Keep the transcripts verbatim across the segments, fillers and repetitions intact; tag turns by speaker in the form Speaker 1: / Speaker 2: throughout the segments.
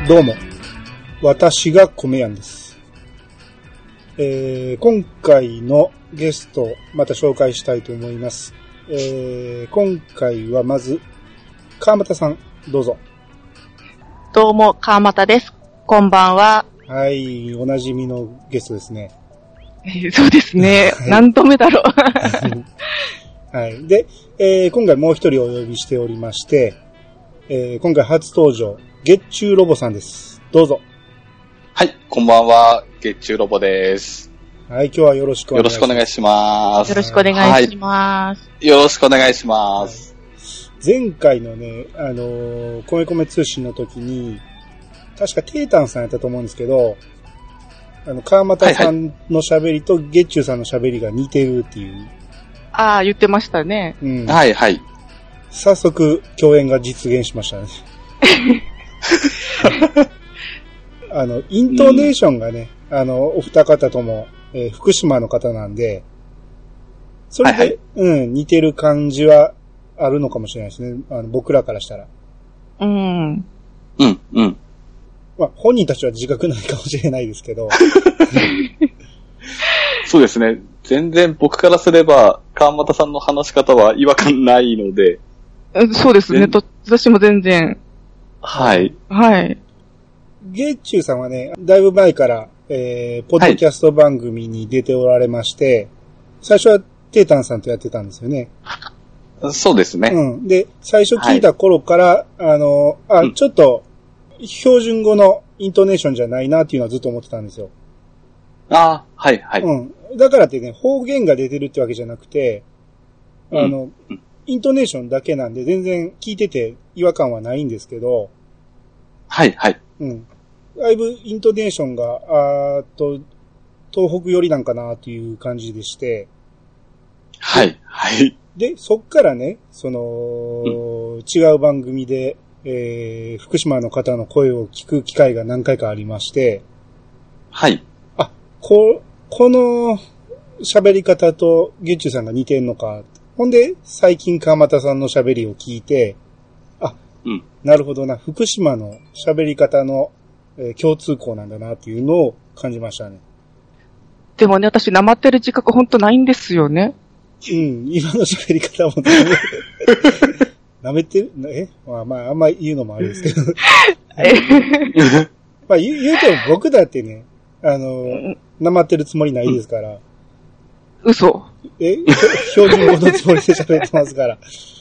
Speaker 1: どうも、私が米やんです。えー、今回のゲスト、また紹介したいと思います。えー、今回はまず、川又さん、どうぞ。
Speaker 2: どうも、川又です。こんばんは。
Speaker 1: はい、おなじみのゲストですね。
Speaker 2: えー、そうですね。はい、何度目だろ
Speaker 1: う。はい。で、えー、今回もう一人お呼びしておりまして、えー、今回初登場、月中ロボさんです。どうぞ。
Speaker 3: はい、こんばんは。月中ロボです。
Speaker 1: はい、今日はよろしくお願いします。
Speaker 3: よろしくお願いします。
Speaker 2: よろしくお願いします。
Speaker 3: はい、よろしくお願いします。
Speaker 1: はい、前回のね、あのー、米米通信の時に、確かテータンさんやったと思うんですけど、あの、川又さんの喋りと月中さんの喋りが似てるっていう。はいはい、
Speaker 2: ああ、言ってましたね。
Speaker 3: うん。はいはい。
Speaker 1: 早速、共演が実現しましたね。あの、イントネーションがね、うん、あの、お二方とも、えー、福島の方なんで、それで、はいはい、うん、似てる感じはあるのかもしれないですね。あの僕らからしたら。
Speaker 2: うん。
Speaker 3: うん、うん。
Speaker 1: まあ、本人たちは自覚ないかもしれないですけど。
Speaker 3: そうですね。全然僕からすれば、川又さんの話し方は違和感ないので。
Speaker 2: そうですね。と、私も全然。
Speaker 3: はい。
Speaker 2: はい。
Speaker 1: 月中さんはね、だいぶ前から、えー、ポッドキャスト番組に出ておられまして、はい、最初はテータンさんとやってたんですよね。
Speaker 3: そうですね。
Speaker 1: うん。で、最初聞いた頃から、はい、あの、あ、うん、ちょっと、標準語のイントネーションじゃないなっていうのはずっと思ってたんですよ。
Speaker 3: ああ、はいはい。
Speaker 1: うん。だからってね、方言が出てるってわけじゃなくて、あの、うん、イントネーションだけなんで全然聞いてて違和感はないんですけど、
Speaker 3: はいはい。
Speaker 1: うん。だいぶイントネーションが、あーっと、東北寄りなんかなっていう感じでして、
Speaker 3: はいはい。
Speaker 1: で、そっからね、その、うん、違う番組で、えー、福島の方の声を聞く機会が何回かありまして、
Speaker 3: はい。
Speaker 1: あ、こ、この喋り方と月中さんが似てんのか。ほんで、最近川又さんの喋りを聞いて、あ、うん、なるほどな、福島の喋り方の、えー、共通項なんだなっていうのを感じましたね。
Speaker 2: でもね、私、なまってる自覚ほんとないんですよね。
Speaker 1: うん、今の喋り方もね。舐めてるえまあまあ、あんま言うのもあれですけど。まあ言う、言うても僕だってね、あの、舐まってるつもりないですから。
Speaker 2: 嘘。
Speaker 1: え標準語のつもりで喋ってますから。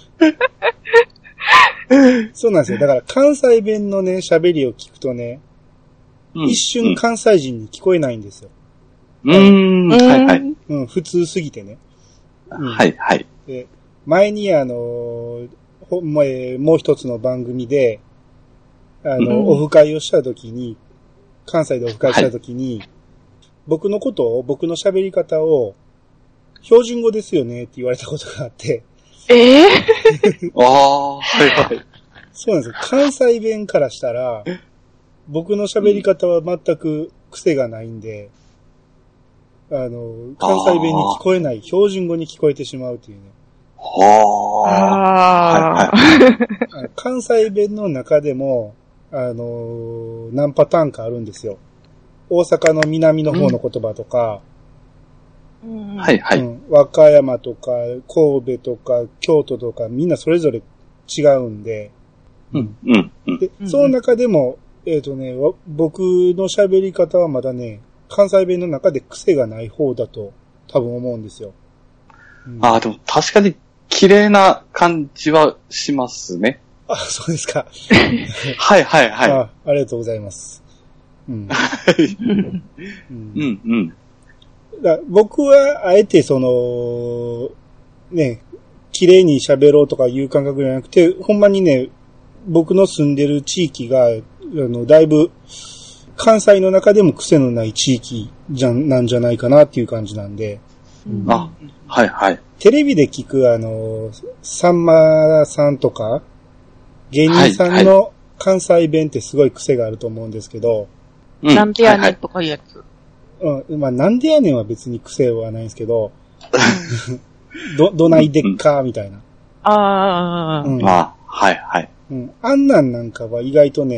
Speaker 1: そうなんですよ。だから関西弁のね、喋りを聞くとね、うん、一瞬関西人に聞こえないんですよ。
Speaker 3: うーん、はいはい。
Speaker 1: うん、普通すぎてね。
Speaker 3: うん、はいはい。
Speaker 1: で、前にあの、もう一つの番組で、あの、うん、オフ会をしたときに、関西でオフ会したときに、はい、僕のことを、僕の喋り方を、標準語ですよねって言われたことがあって。
Speaker 2: ええ
Speaker 3: ー、ああ、はいはい。
Speaker 1: そうなんですよ。関西弁からしたら、僕の喋り方は全く癖がないんで、あの、関西弁に聞こえない、標準語に聞こえてしまうというね。
Speaker 3: はあ、
Speaker 1: はいはい、関西弁の中でも、あのー、何パターンかあるんですよ。大阪の南の方の言葉とか、
Speaker 3: うん、はいはい、うん。
Speaker 1: 和歌山とか、神戸とか、京都とか、みんなそれぞれ違うんで、
Speaker 3: うんうんうん、
Speaker 1: でその中でも、えっとね、僕の喋り方はまだね、関西弁の中で癖がない方だと多分思うんですよ。
Speaker 3: うん、ああ、でも確かに綺麗な感じはしますね。
Speaker 1: あ、そうですか。
Speaker 3: はいはいはい。
Speaker 1: あ、ありがとうございます。うん。
Speaker 3: うんうんうん。
Speaker 1: だ僕はあえてそのね、綺麗に喋ろうとかいう感覚じゃなくて、ほんまにね、僕の住んでる地域があのだいぶ関西の中でも癖のない地域じゃなんじゃないかなっていう感じなんで。
Speaker 3: うん、あ、はいはい。
Speaker 1: テレビで聞くあの、さんまさんとか、芸人さんの関西弁ってすごい癖があると思うんですけど。
Speaker 2: うん、なんでやねんとかいうやつ。
Speaker 1: うん、まあなんでやねんは別に癖はないんですけど、ど、どないでっかみたいな。
Speaker 2: ああ、
Speaker 3: うん。あ、はいはい。
Speaker 1: うん。あんなんなんかは意外とね、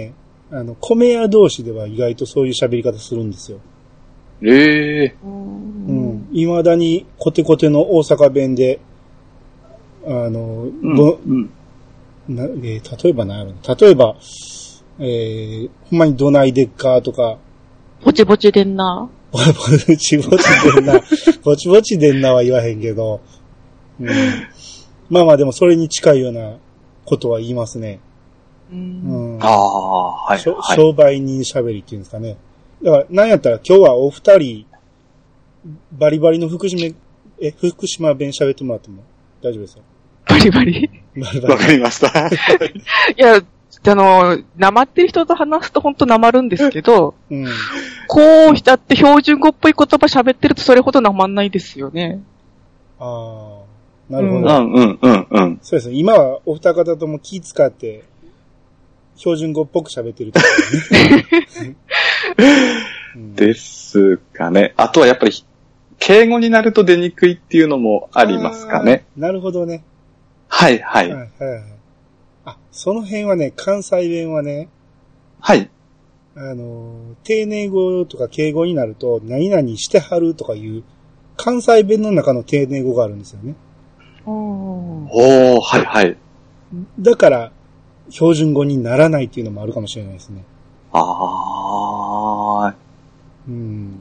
Speaker 1: あの、米屋同士では意外とそういう喋り方するんですよ。
Speaker 3: ええー。
Speaker 2: うん。
Speaker 1: 未だにコテコテの大阪弁で、あの、
Speaker 3: うん
Speaker 1: ど
Speaker 3: うん、
Speaker 1: なえー、例えば何やろな。例えば、えー、ほんまにどないでっかとか、
Speaker 2: ぼちぼちでんな。
Speaker 1: ぼちぼちでんな。ぼちぼちでんなは言わへんけど、うん、まあまあでもそれに近いようなことは言いますね。
Speaker 2: う
Speaker 1: うん
Speaker 2: ん。
Speaker 3: ああ、はい、はい。
Speaker 1: 商売人喋りっていうんですかね。だからなんやったら今日はお二人、バリバリの福島、え、福島弁喋ってもらっても大丈夫ですよ。
Speaker 2: バリバリ
Speaker 1: バリバリ。
Speaker 3: わかりました。
Speaker 2: いや、あの、なまってる人と話すとほんとなまるんですけど、
Speaker 1: うん。
Speaker 2: こうしたって標準語っぽい言葉喋ってるとそれほどなまんないですよね。
Speaker 1: ああ、なるほ
Speaker 3: う
Speaker 1: ど。
Speaker 3: んうんうんうん。
Speaker 1: そうですね。今はお二方とも気使って、標準語っぽく喋ってるところね。うん、
Speaker 3: ですかね。あとはやっぱり、敬語になると出にくいっていうのもありますかね。
Speaker 1: なるほどね。
Speaker 3: はいはい。
Speaker 1: はいはいはい。あ、その辺はね、関西弁はね、
Speaker 3: はい。
Speaker 1: あの、丁寧語とか敬語になると、何々してはるとかいう、関西弁の中の丁寧語があるんですよね。
Speaker 2: お
Speaker 3: ー、はいはい。
Speaker 1: だから、標準語にならないっていうのもあるかもしれないですね。
Speaker 3: あー。
Speaker 1: うん。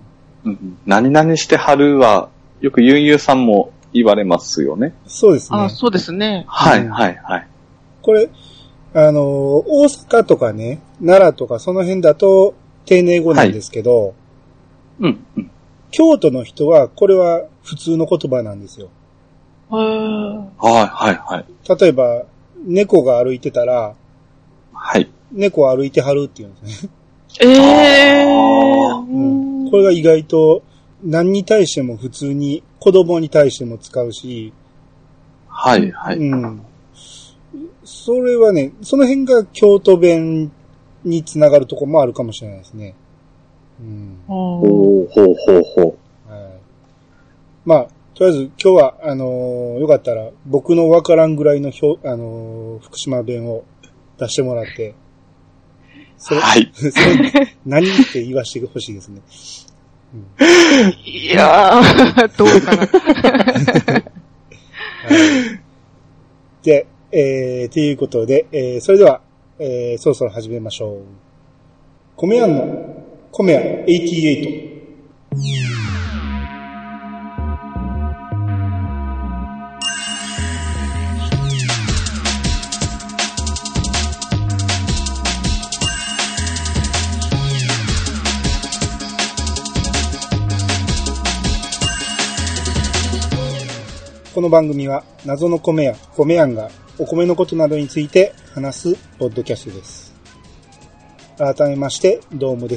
Speaker 3: うん、何々してはるは、よくゆうゆうさんも言われますよね。
Speaker 1: そうですね。
Speaker 2: あ、そうですね。
Speaker 3: はいはいはい。
Speaker 1: これ、あの、大阪とかね、奈良とかその辺だと丁寧語なんですけど、はい、
Speaker 3: うん、うん。
Speaker 1: 京都の人は、これは普通の言葉なんですよ。
Speaker 2: へー。
Speaker 3: はいはいはい。
Speaker 1: 例えば、猫が歩いてたら、
Speaker 3: はい。
Speaker 1: 猫歩いてはるって言うんですね。
Speaker 2: えー。
Speaker 1: うん、これが意外と何に対しても普通に子供に対しても使うし、
Speaker 3: はいはい。
Speaker 1: うん。それはね、その辺が京都弁につながるところもあるかもしれないですね。うん。
Speaker 3: ほうほうほうほう。
Speaker 1: はい。まあ、とりあえず今日は、あのー、よかったら僕のわからんぐらいのひょ、あのー、福島弁を出してもらって、それ、
Speaker 3: はい。
Speaker 1: それ何って言わせてほしいですね。
Speaker 2: うん、いやー、どうかな。はい、
Speaker 1: で、えー、ということで、えー、それでは、えー、そろそろ始めましょう。米屋の、米屋はちじゅうはち。この番組は謎の米屋、米屋がお米のことなどについて話すポッドキャストです。改めましてどうもです。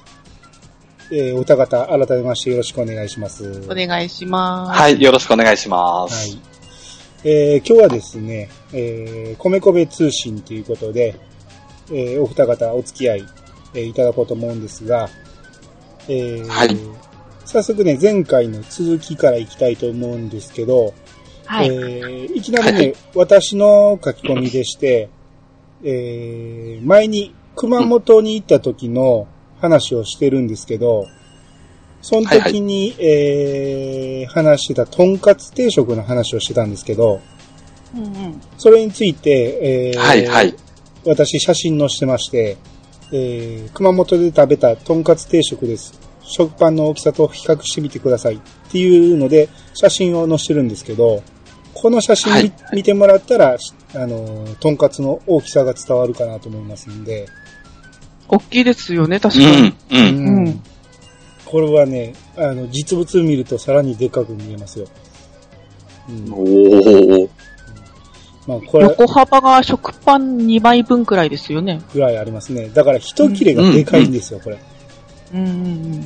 Speaker 1: えー、お二方改めましてよろしくお願いします。
Speaker 2: お願いします。
Speaker 3: はい、よろしくお願いします。
Speaker 1: はい。えー、今日はですね、えー、米米通信ということで、えー、お二方お付き合い、えー、いただこうと思うんですが、えー、はい。早速ね、前回の続きからいきたいと思うんですけど、はい。えー、いきなりね、はい、私の書き込みでして、えー、前に熊本に行った時の話をしてるんですけど、その時に、はいはい、えー、話してたとんかつ定食の話をしてたんですけど、うんうん、それについて、えー、はいはい、私写真載してまして、えー、熊本で食べたとんかつ定食です。食パンの大きさと比較してみてくださいっていうので写真を載せてるんですけど、この写真、はい、見てもらったら、あの、とんかつの大きさが伝わるかなと思いますんで。
Speaker 2: 大きいですよね、確かに。うん。うん。うん、
Speaker 1: これはね、あの、実物見るとさらにでかく見えますよ。
Speaker 3: うん、おー。
Speaker 2: まあ、これ横幅が食パンにまいぶんくらいですよね。
Speaker 1: ぐらいありますね。だから一切れがでかいんですよ、うん、これ。
Speaker 2: うんうんうん。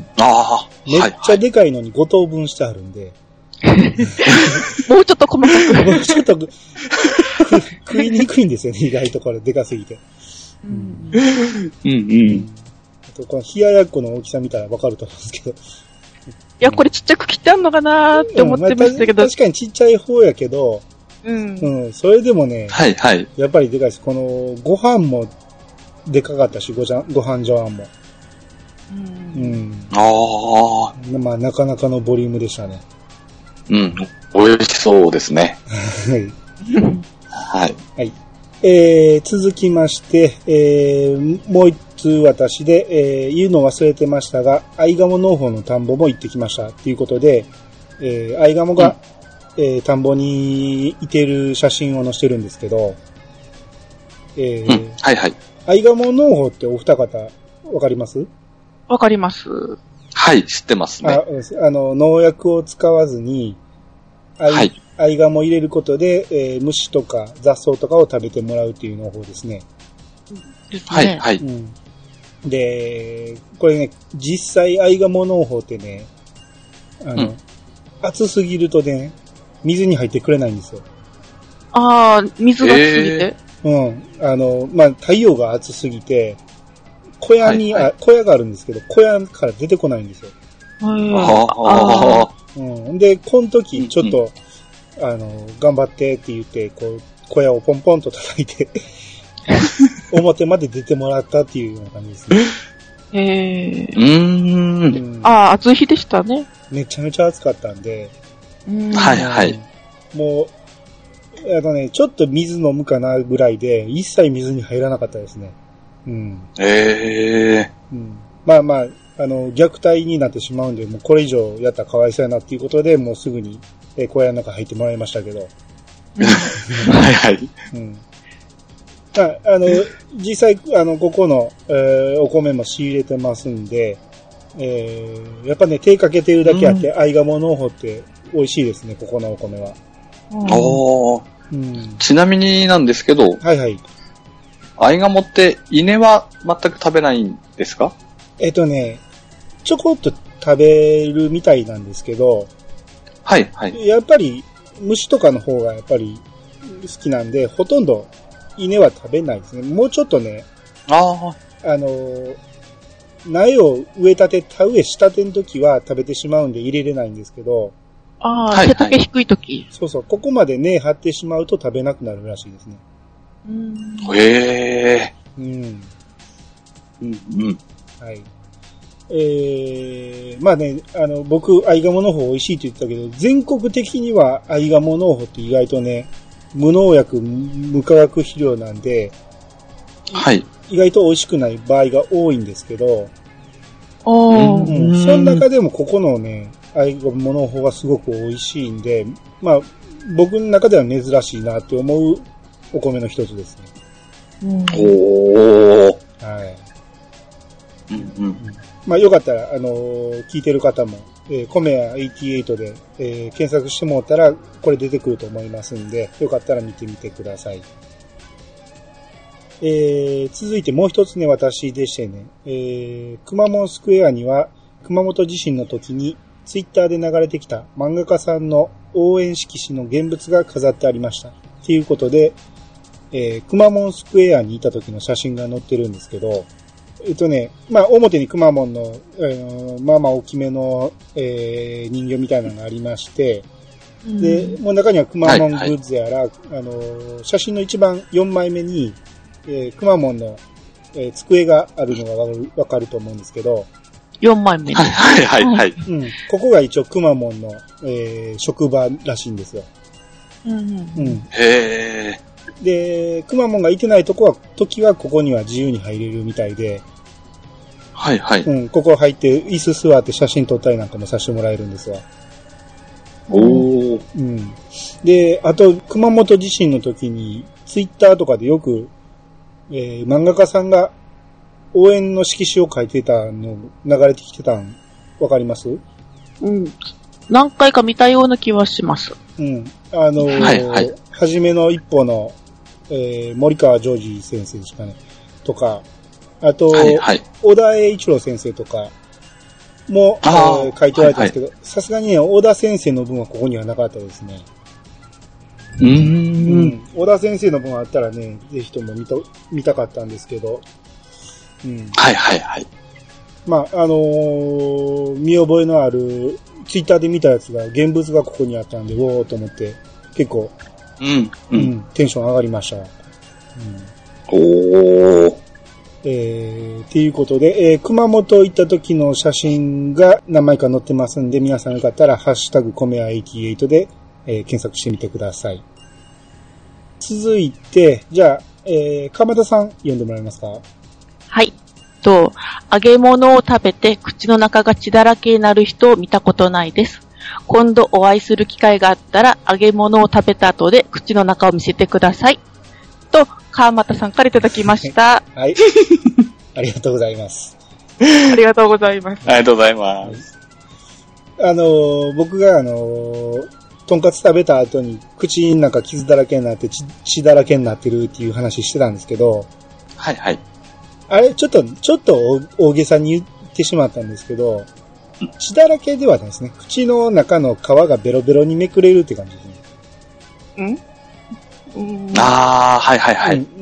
Speaker 3: ああ。
Speaker 1: めっちゃでかいのにご等分してあるんで。
Speaker 2: もうちょっと細かく。
Speaker 1: もうちょっと食いにくいんですよね、意外とこれ、でかすぎて。
Speaker 3: うん。うんうん。
Speaker 1: あと、この冷ややっこの大きさ見たらわかると思うんですけど。い
Speaker 2: や、これちっちゃく切ってあんのかなーって思ってましたけど、うんまあ。
Speaker 1: 確かにちっちゃい方やけど、
Speaker 2: うん。
Speaker 1: うん。それでもね、
Speaker 3: はいはい。
Speaker 1: やっぱりでかいです。この、ご飯も、 でかかったし、ごじゃご飯茶碗も。
Speaker 2: うん。
Speaker 1: うん。
Speaker 3: ああ。
Speaker 1: まあ、なかなかのボリュームでしたね。
Speaker 3: うん。美味しそうですね。
Speaker 1: はい。
Speaker 3: はい。
Speaker 1: はい。えー、続きまして、えー、もう一通私で、えー、言うの忘れてましたが、アイガモ農法の田んぼも行ってきました。ということで、えー、アイガモが、うん、えー、田んぼにいてる写真を載せてるんですけど、えー、うん、
Speaker 3: はいはい。
Speaker 1: アイガモ農法ってお二方、わかります？
Speaker 2: わかります。
Speaker 3: はい、知ってますね。
Speaker 1: あ、あの、農薬を使わずに、アイ、はい、アイガモを入れることで、えー、虫とか雑草とかを食べてもらうっていう農法ですね。
Speaker 2: ですね。
Speaker 3: はい、はい、
Speaker 1: うん。で、これね、実際アイガモ農法ってね、あの、うん、暑すぎるとね、水に入ってくれないんですよ。
Speaker 2: ああ、水が暑すぎて、
Speaker 1: えー、うん。あの、まあ、太陽が暑すぎて、小屋に、はいはい、あ、小屋があるんですけど、小屋から出てこないんですよ。
Speaker 3: ああ。
Speaker 1: うん。で、この時、ちょっと、うん、あの、頑張ってって言って、こう、小屋をポンポンと叩いて、表まで出てもらったっていうような感じですね。
Speaker 2: へえ。
Speaker 3: うーん。
Speaker 2: ああ、暑い日でしたね。
Speaker 1: めちゃめちゃ暑かったんで。
Speaker 2: うん
Speaker 3: はいはい。
Speaker 1: もう、あのね、ちょっと水飲むかなぐらいで、一切水に入らなかったですね。うん。
Speaker 3: へえ。
Speaker 1: うん。まあまあ、あの、虐待になってしまうんで、もうこれ以上やったらかわいそうやなっていうことで、もうすぐに、えー、小屋の中入ってもらいましたけど。
Speaker 3: はいはい。
Speaker 1: うん。あ、あの、実際、あの、ここの、えー、お米も仕入れてますんで、えー、やっぱね、手かけてるだけあって、アイガモ農法って美味しいですね、ここのお米は。
Speaker 3: おー。うん、ちなみになんですけど、
Speaker 1: はいはい。
Speaker 3: アイガモって稲は全く食べないんですか？
Speaker 1: えっとね、ちょこっと食べるみたいなんですけど、
Speaker 3: はいはい。
Speaker 1: やっぱり虫とかの方がやっぱり好きなんで、ほとんど稲は食べないですね。もうちょっとね、
Speaker 3: ああ、
Speaker 1: あの、苗を植えたて、田植えしたての時は食べてしまうんで入れれないんですけど、
Speaker 2: ああ、はいはい、背丈低い時。
Speaker 1: そうそう、ここまで根張ってしまうと食べなくなるらしいですね。
Speaker 2: うん。
Speaker 3: へえ。
Speaker 1: うん。
Speaker 3: うんうん。
Speaker 1: はい。えー、まあね、あの、僕、アイガモ農法美味しいって言ったけど、全国的にはアイガモ農法って意外とね、無農薬、無化学肥料なんで、
Speaker 3: はい。
Speaker 1: 意外と美味しくない場合が多いんですけど、
Speaker 2: うん
Speaker 1: うん、その中でもここのね、アイガモ農法はすごく美味しいんで、まあ、僕の中では珍しいなって思うお米の一つですね。
Speaker 2: うん、
Speaker 3: おー。
Speaker 1: はい。
Speaker 3: うんうん。
Speaker 1: まあ、よかったら、あのー、聞いてる方も、えー、コメヤはちじゅうはちで、えー、検索してもらったら、これ出てくると思いますんで、よかったら見てみてください。えー、続いてもう一つね、私でしてね、えー、くまモンスクエアには、熊本地震の時に、ツイッターで流れてきた漫画家さんの応援色紙の現物が飾ってありました。ということで、えー、くまモンスクエアにいた時の写真が載ってるんですけど、えっとね、まあ、表にくまモンの、えー、まあまあ大きめの、えー、人形みたいなのがありまして、うん、で、もう中にはくまモングッズやら、はいはい、あの、写真の一番よんまいめに、えー、くまモンの、えー、机があるのがわかる、わかると思うんですけど、
Speaker 2: よんまいめ。
Speaker 3: はいはいはい、はい。
Speaker 1: うん。ここが一応くまモンの、えー、職場らしいんですよ。
Speaker 2: うんうん。
Speaker 1: うん。
Speaker 3: へ
Speaker 1: ー。で、くまモンがいてないとこは、時はここには自由に入れるみたいで、
Speaker 3: はいはい。
Speaker 1: うん、ここ入って、椅子座って写真撮ったりなんかもさせてもらえるんですわ。
Speaker 3: おー。
Speaker 1: うん。で、あと、熊本地震の時に、ツイッターとかでよく、えー、漫画家さんが応援の色紙を書いてたの、流れてきてたん、わかります？
Speaker 2: うん。何回か見たような気はします。
Speaker 1: うん。あのー、はいはい。はじめの一歩の、えー、森川ジョージ先生ですかね。とか、あと、はいはい、小田栄一郎先生とかも、えー、書いておられたんですけど、さすがにね、小田先生の分はここにはなかったですね。
Speaker 3: うーん。うん。
Speaker 1: 小田先生の分あったらね、ぜひとも見た、見たかったんですけど、うん。
Speaker 3: はいはいはい。
Speaker 1: まあ、あのー、見覚えのある、ツイッターで見たやつが、現物がここにあったんで、おーと思って、結構、
Speaker 3: うん、
Speaker 1: うん、うん、テンション上がりました。うん、
Speaker 3: おー。
Speaker 1: えー、っていうことで、えー、熊本行った時の写真が何枚か載ってますんで、皆さんよかったら、ハッシュタグコメアはちじゅうはちで、えー、検索してみてください。続いて、じゃあ、えー、鎌田さん読んでもらえますか？
Speaker 2: はい。と、揚げ物を食べて口の中が血だらけになる人を見たことないです。今度お会いする機会があったら、揚げ物を食べた後で口の中を見せてください。と、川又さんからいただきました。
Speaker 1: はい。ありがとうございます。
Speaker 2: ありがとうございます。
Speaker 3: ありがとうございます。
Speaker 1: あのー、僕があのー、とんかつ食べた後に口の中傷だらけになって 血, 血だらけになってるっていう話してたんですけど、
Speaker 3: はいはい。
Speaker 1: あれ、ちょっと、ちょっと大げさに言ってしまったんですけど、血だらけではないですね。口の中の皮がベロベロにめくれるって感じですね。
Speaker 2: ん？
Speaker 3: ああ、はいはいはい、
Speaker 1: うん。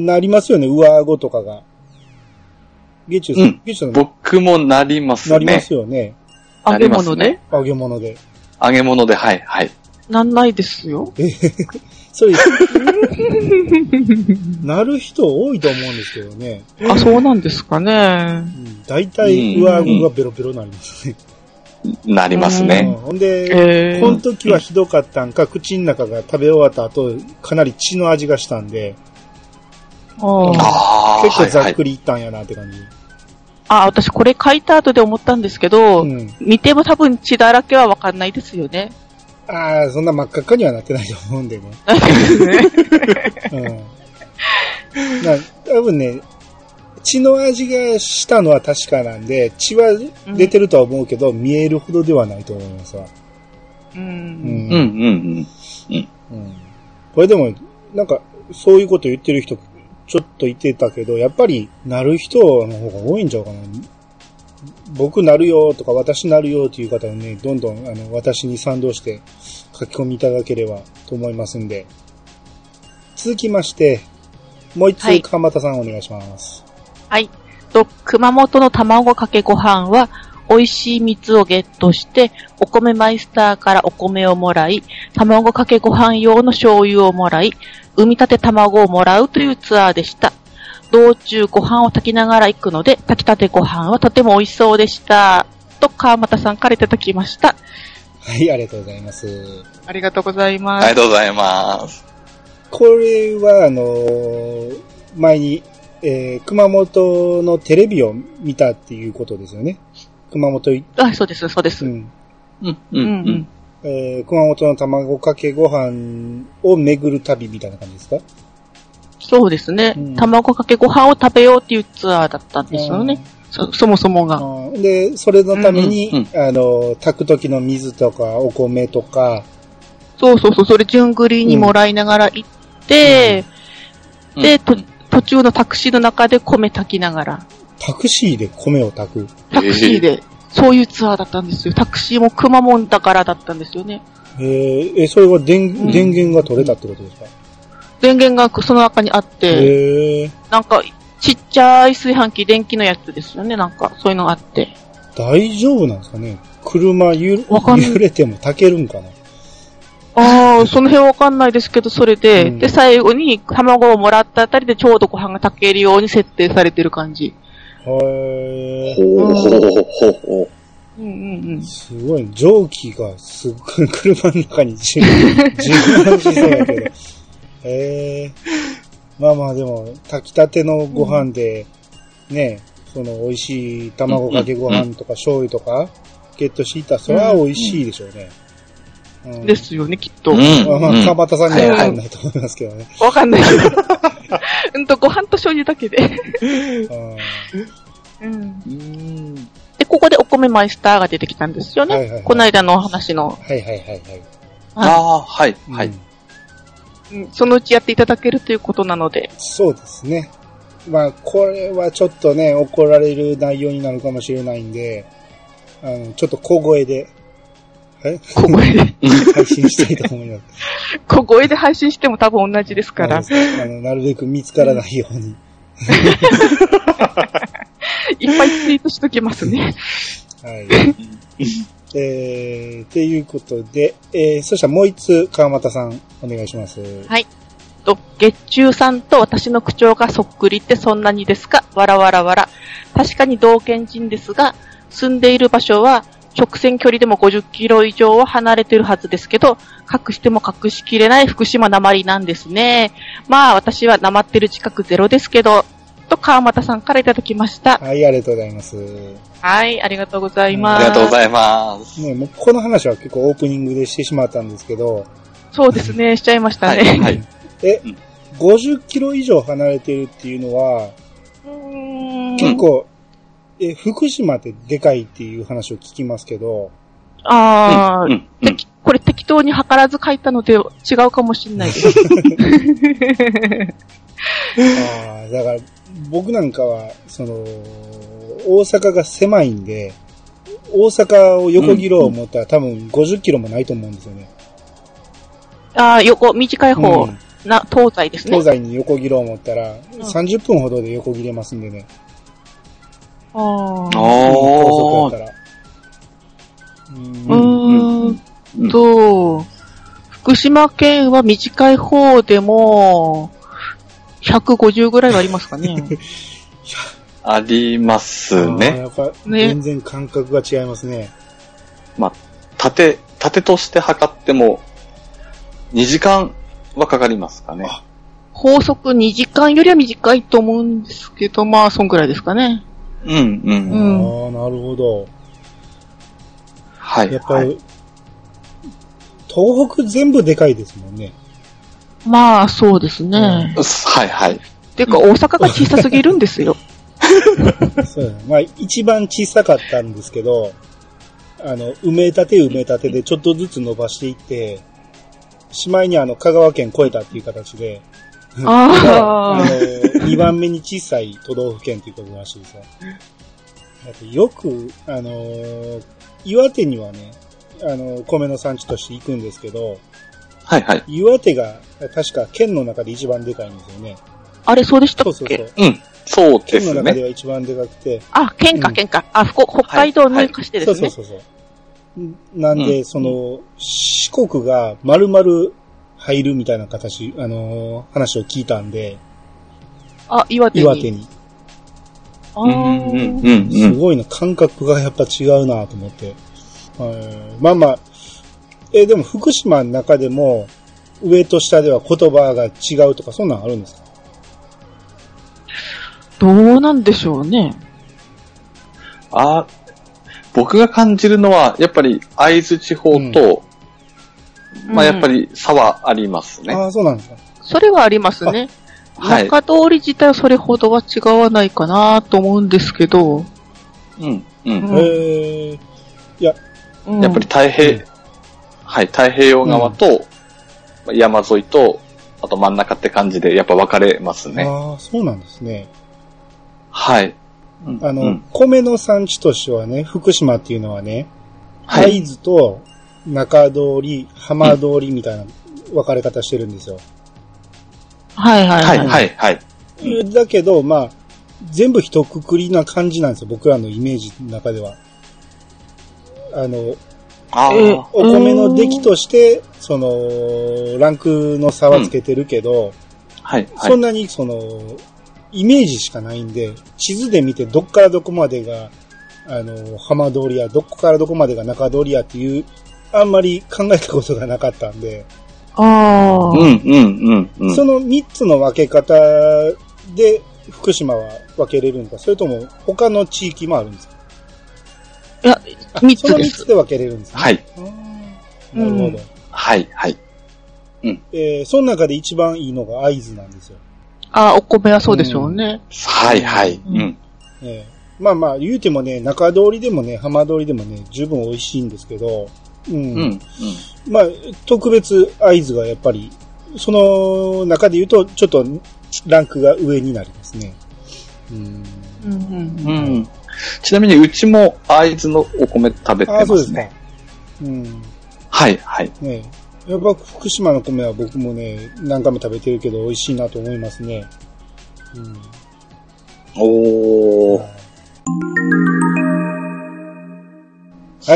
Speaker 1: なりますよね、上顎とかが。ゲチュさん、
Speaker 3: うん、
Speaker 1: ゲチュさん
Speaker 3: 僕もなりますね。
Speaker 1: なりますよね。
Speaker 2: 揚げ物で、ね、
Speaker 1: 揚げ物で。
Speaker 3: 揚げ物で、はいはい。
Speaker 2: なんないですよ。
Speaker 1: えそれ、なる人多いと思うんですけどね。
Speaker 2: あ、そうなんですかね。
Speaker 1: だいたい上顎がベロベロになりますね。
Speaker 3: なりますね。
Speaker 1: ほんで、
Speaker 2: えー、
Speaker 1: この時はひどかったんか、口の中が食べ終わった後、かなり血の味がしたんで、
Speaker 2: あ
Speaker 1: 結構ざっくりいったんやなって感じ。はいはい、
Speaker 2: あ、私これ書いた後で思ったんですけど、うん、見ても多分血だらけはわかんないですよね。
Speaker 1: ああ、そんな真っ赤っかにはなってないと思うんでね。うん。な多分ね、血の味がしたのは確かなんで、血は出てるとは思うけど、うん、見えるほどではないと思いますわ。
Speaker 2: うん。うん。
Speaker 3: うんうんうん。うん。
Speaker 1: これでも、なんか、そういうこと言ってる人、ちょっと言ってたけど、やっぱり、なる人の方が多いんちゃうかな。僕なるよとか、私なるよっていう方はね、どんどん、あの、私に賛同して書き込みいただければと思いますんで。続きまして、もう一つ、鎌田さんお願いします。
Speaker 2: はい。と、熊本の卵かけご飯は、美味しい蜜をゲットして、お米マイスターからお米をもらい、卵かけご飯用の醤油をもらい、産み立て卵をもらうというツアーでした。道中ご飯を炊きながら行くので、炊きたてご飯はとても美味しそうでした。と、川又さんからいただきました。
Speaker 1: はい、ありがとうございます。
Speaker 2: ありがとうございます。
Speaker 3: ありがとうございます。
Speaker 1: これは、あのー、前に、えー、熊本のテレビを見たっていうことですよね。熊本い
Speaker 2: あ、そうです、そうです。
Speaker 3: うん。うん、うん、うん。
Speaker 1: えー、熊本の卵かけご飯を巡る旅みたいな感じですか？
Speaker 2: そうですね、うん。卵かけご飯を食べようっていうツアーだったんですよね。そ, そもそもが。
Speaker 1: で、それのために、
Speaker 3: うんうん、
Speaker 1: あの、炊く時の水とかお米とか。
Speaker 2: そうそうそう、それ順繰りにもらいながら行って、うん、で、と、途中のタクシーの中で米炊きながら。
Speaker 1: タクシーで米を炊く？
Speaker 2: タクシーで。そういうツアーだったんですよ。タクシーも熊本だからだったんですよね。
Speaker 1: えー、え、それは電、電源が取れたってことですか？
Speaker 2: 電源がその中にあって、なんかちっちゃい炊飯器、電気のやつですよね。なんかそういうのがあって。
Speaker 1: 大丈夫なんですかね？車ゆ揺れても炊けるんかな？
Speaker 2: ああ、その辺わかんないですけど、それで、うん、で、最後に卵をもらったあたりでちょうどご飯が炊けるように設定されてる感じ。
Speaker 1: へー。
Speaker 3: ほうほうほうほうほう。
Speaker 2: うんうんうん。
Speaker 1: すごい、蒸気がすっごい車の中に充満しそうやけど。へー。まあまあでも、炊きたてのご飯で、うん、ね、その美味しい卵かけご飯とか醤油とかゲットしていたら、それは美味しいでしょうね。
Speaker 2: うん、ですよね、きっと。
Speaker 1: うん、まあまあ、川端さんにはわかんないと思いますけどね。
Speaker 2: わかんないけど。うんと、ご飯と醤油だけで。うん。で、ここでお米マイスターが出てきたんですよね。はいはいはい、この間のお話の。
Speaker 1: はいはいはいはい。
Speaker 3: ああ、はい、はい、
Speaker 2: うん。そのうちやっていただけるということなので。
Speaker 1: そうですね。まあ、これはちょっとね、怒られる内容になるかもしれないんで、あの、ちょっと小声で、え
Speaker 2: 小声で
Speaker 1: 配信したいと思います。
Speaker 2: 小声で配信しても多分同じですから。
Speaker 1: あの、なるべく見つからないように。
Speaker 2: いっぱいツイートしときますね。
Speaker 1: はい。えー、っていうことで、えー、そしたらもう一つ、川又さん、お願いします。
Speaker 2: はい。 と、月中さんと私の口調がそっくりってそんなにですか？わらわらわら。確かに同県人ですが、住んでいる場所は直線距離でもごじゅっキロ以上は離れてるはずですけど、隠しても隠しきれない福島なまりなんですね。まあ私はなまってる自覚ゼロですけど、と川又さんからいただきました。
Speaker 1: はい、ありがとうございます。
Speaker 2: はい、ありがとうございます。
Speaker 3: ありがとうございます。
Speaker 1: ね、もうこの話は結構オープニングでしてしまったんですけど。
Speaker 2: そうですね、しちゃいましたね。
Speaker 3: はい。はい、
Speaker 1: え、うん、ごじゅっキロ以上離れてるっていうのは、
Speaker 2: うーん
Speaker 1: 結構、え、福島ってでかいっていう話を聞きますけど。
Speaker 2: あー、
Speaker 3: うんうんうん、
Speaker 2: これ適当に測らず書いたので違うかもしれないです。
Speaker 1: あだから僕なんかは、その、大阪が狭いんで、大阪を横切ろう思ったら、うん、多分ごじゅっキロもないと思うんですよね。
Speaker 2: ああ、横、短い方、うん、な、東西ですね。
Speaker 1: 東西に横切ろう思ったら、うん、さんじゅっぷんほどで横切れますんでね。
Speaker 2: ああ。
Speaker 1: 高速やったら。
Speaker 2: うーんうんと、福島県は短い方でも、ひゃくごじゅうぐらいはありますかね。
Speaker 3: ありますね。
Speaker 1: やっぱ全然感覚が違いますね。
Speaker 3: まあ、縦、縦として測っても、にじかんはかかりますかね。
Speaker 2: 高速にじかんよりは短いと思うんですけど、まあ、そんくらいですかね。
Speaker 3: うん、うん。うん、
Speaker 1: ああ、なるほど。
Speaker 3: はい。
Speaker 1: やっぱり、はい、東北全部でかいですもんね。
Speaker 2: まあ、そうですね。
Speaker 3: うん、はいはい。
Speaker 2: てか、大阪が小さすぎるんですよ。
Speaker 1: そうね。まあ、一番小さかったんですけど、あの、埋め立て埋め立てでちょっとずつ伸ばしていって、しまいにあの、香川県超えたっていう形で、
Speaker 2: あ
Speaker 1: あの、にばんめに小さい都道府県ということらしいですよ。よく、あの、岩手にはね、あの、米の産地として行くんですけど、
Speaker 3: はいはい。
Speaker 1: 岩手が確か県の中で一番でかいんですよね。
Speaker 2: あれ、そうでしたっけ？
Speaker 1: そうそうそう。
Speaker 3: うん。そうですね。
Speaker 1: 県の中では一番でかくて。
Speaker 2: あ、県か、県か。あ、北海道のかしてですね。
Speaker 1: そうそうそうそう。なんで、うん、その、四国が丸々入るみたいな形、あのー、話を聞いたんで。
Speaker 2: あ、岩手に。
Speaker 1: 岩手に。
Speaker 2: あー、うん
Speaker 1: うん、すごいな、感覚がやっぱ違うなと思って。まあまあ、え、でも福島の中でも、上と下では言葉が違うとか、そんなんあるんですか？
Speaker 2: どうなんでしょうね。
Speaker 3: あ、僕が感じるのは、やっぱり会津地方と、うん、まあやっぱり差はありますね。
Speaker 1: ああ、そうなんですか。
Speaker 2: それはありますね。中通り自体はそれほどは違わないかなと思うんですけど。
Speaker 3: うん、うん。
Speaker 1: へえ。いや、
Speaker 3: やっぱり太平、うん、はい、太平洋側と、うん、山沿いと、あと真ん中って感じで、やっぱ分かれますね。
Speaker 1: ああ、そうなんですね。
Speaker 3: はい。
Speaker 1: あの、うん、米の産地としてはね、福島っていうのはね、
Speaker 3: はい、
Speaker 1: 会津と中通り、浜通りみたいな分かれ方してるんですよ。
Speaker 2: はいはいはい。
Speaker 3: はいはいはい。
Speaker 1: うん、だけど、まあ、全部一括りな感じなんですよ、僕らのイメージの中では。あの、
Speaker 3: あ
Speaker 1: お米の出来として、その、ランクの差はつけてるけど、うん
Speaker 3: はいはい、
Speaker 1: そんなにその、イメージしかないんで、地図で見てどっからどこまでが、あの、浜通りや、どこからどこまでが中通りやっていう、あんまり考えたことがなかったんで。
Speaker 2: ああ。
Speaker 3: うんうんうんうん。
Speaker 1: そのみっつの分け方で福島は分けれるんですか？それとも他の地域もあるんですか？
Speaker 2: いや、みっつです。
Speaker 1: そのみっつで分けれるんですね。
Speaker 3: はい。
Speaker 1: なるほど。うん、
Speaker 3: はいはい。
Speaker 1: うん。えー、その中で一番いいのが会津なんですよ。
Speaker 2: ああ、お米はそうでしょうね。うん、
Speaker 3: はいはい。うん。
Speaker 1: えー、まあまあ、言うてもね、中通りでもね、浜通りでもね、十分美味しいんですけど、うん。うん。うん、まあ、特別会津がやっぱり、その中で言うと、ちょっとランクが上になりますね。うん。
Speaker 2: うんうん
Speaker 3: うん、ちなみに、うちも会津のお米食べてますね。あ、そうですか。
Speaker 1: うん。
Speaker 3: はいはい。
Speaker 1: ねやっぱ福島の米は僕もね、何回も食べてるけど美味しいなと思いますね。うん、
Speaker 3: おー。
Speaker 1: はい、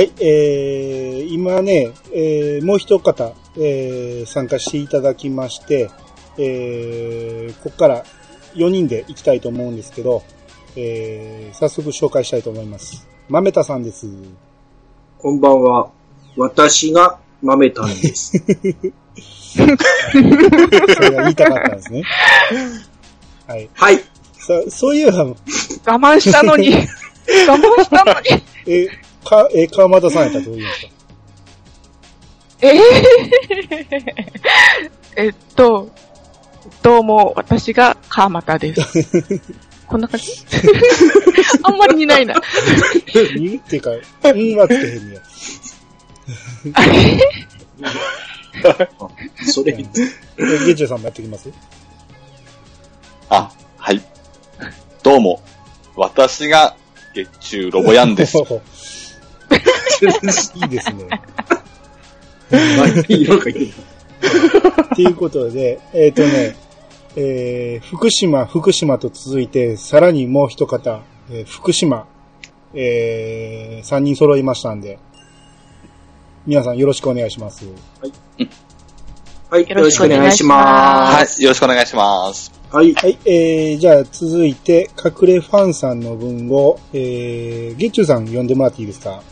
Speaker 1: えー、今ね、えー、もう一方、えー、参加していただきまして、 えー、ここからよにんで行きたいと思うんですけど、えー、早速紹介したいと思います。豆田さんです。
Speaker 4: こんばんは。私が豆田です。
Speaker 1: それが言いたかったんですね。はい。
Speaker 4: はい。
Speaker 1: さ、そういう、
Speaker 2: 我慢したのに。我慢したのに。
Speaker 1: え、か、え、川又さんやったらどういうんですか？
Speaker 2: えー、えっと、どうも、私が川又です。こんな感じあんまり似ないな。
Speaker 1: 似るっていうか、うんはつけへんねや。
Speaker 4: それ、
Speaker 1: え、ゲチューさんもやってきます？
Speaker 3: あ、はい。どうも、私が月中ロボヤンです。
Speaker 1: いいですね。
Speaker 4: 色がいい。
Speaker 1: っていうことで、えっ、ー、とね、えー、福島、福島と続いて、さらにもう一方、えー、福島、えー、三人揃いましたんで、皆さんよろしくお願いします。
Speaker 4: はい。はい、よろしくお願いします。
Speaker 3: はい、よろしくお願いします。
Speaker 4: はい。
Speaker 1: はい、えー、じゃあ続いて、隠れファンさんの分を、えー、ゲッチューさん呼んでもらっていいですか？はい。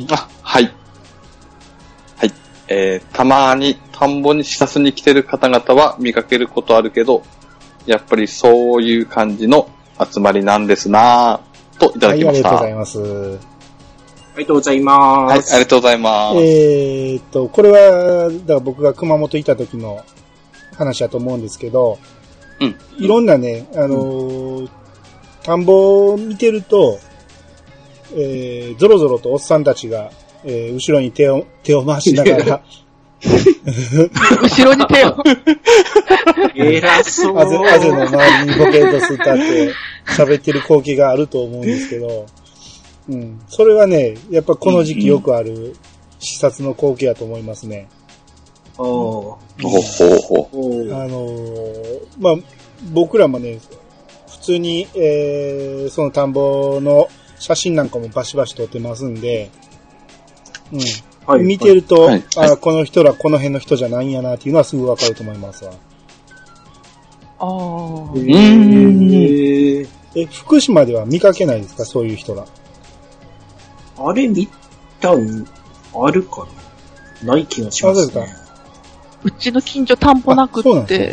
Speaker 3: あ、はい。はい。えー、たまに田んぼに視察に来てる方々は見かけることあるけど、やっぱりそういう感じの集まりなんですなぁ、といただきました。
Speaker 1: はい、ありがとうございます。
Speaker 4: ありがとうございます。
Speaker 3: はい、ありがとうございます。
Speaker 1: えーっと、これは、だから僕が熊本いた時の話だと思うんですけど、
Speaker 3: うん。
Speaker 1: いろんなね、あのー、うん、田んぼを見てると、えー、ゾロゾロとおっさんたちが、えー、後ろに手を、手を回しながら、
Speaker 2: 後ろに手を。
Speaker 4: 偉そう。
Speaker 1: あぜ、あぜの周りにボケーと吸ったって喋ってる光景があると思うんですけど、うん。それはね、やっぱこの時期よくある視察の光景だと思いますね。
Speaker 4: ああ。ほ
Speaker 3: うほうほ
Speaker 1: う。あのー、まあ、僕らもね、普通に、えー、その田んぼの写真なんかもバシバシ撮ってますんで、うん。はい、見てると、はい、あ、この人らこの辺の人じゃないんやなっていうのはすぐわかると思いますわ。
Speaker 2: ああ。
Speaker 1: えー、え、福島では見かけないですか、そういう人ら。
Speaker 4: あれ見たん、あるかな？ない気がしますね。
Speaker 2: うちの近所田んぼなくって。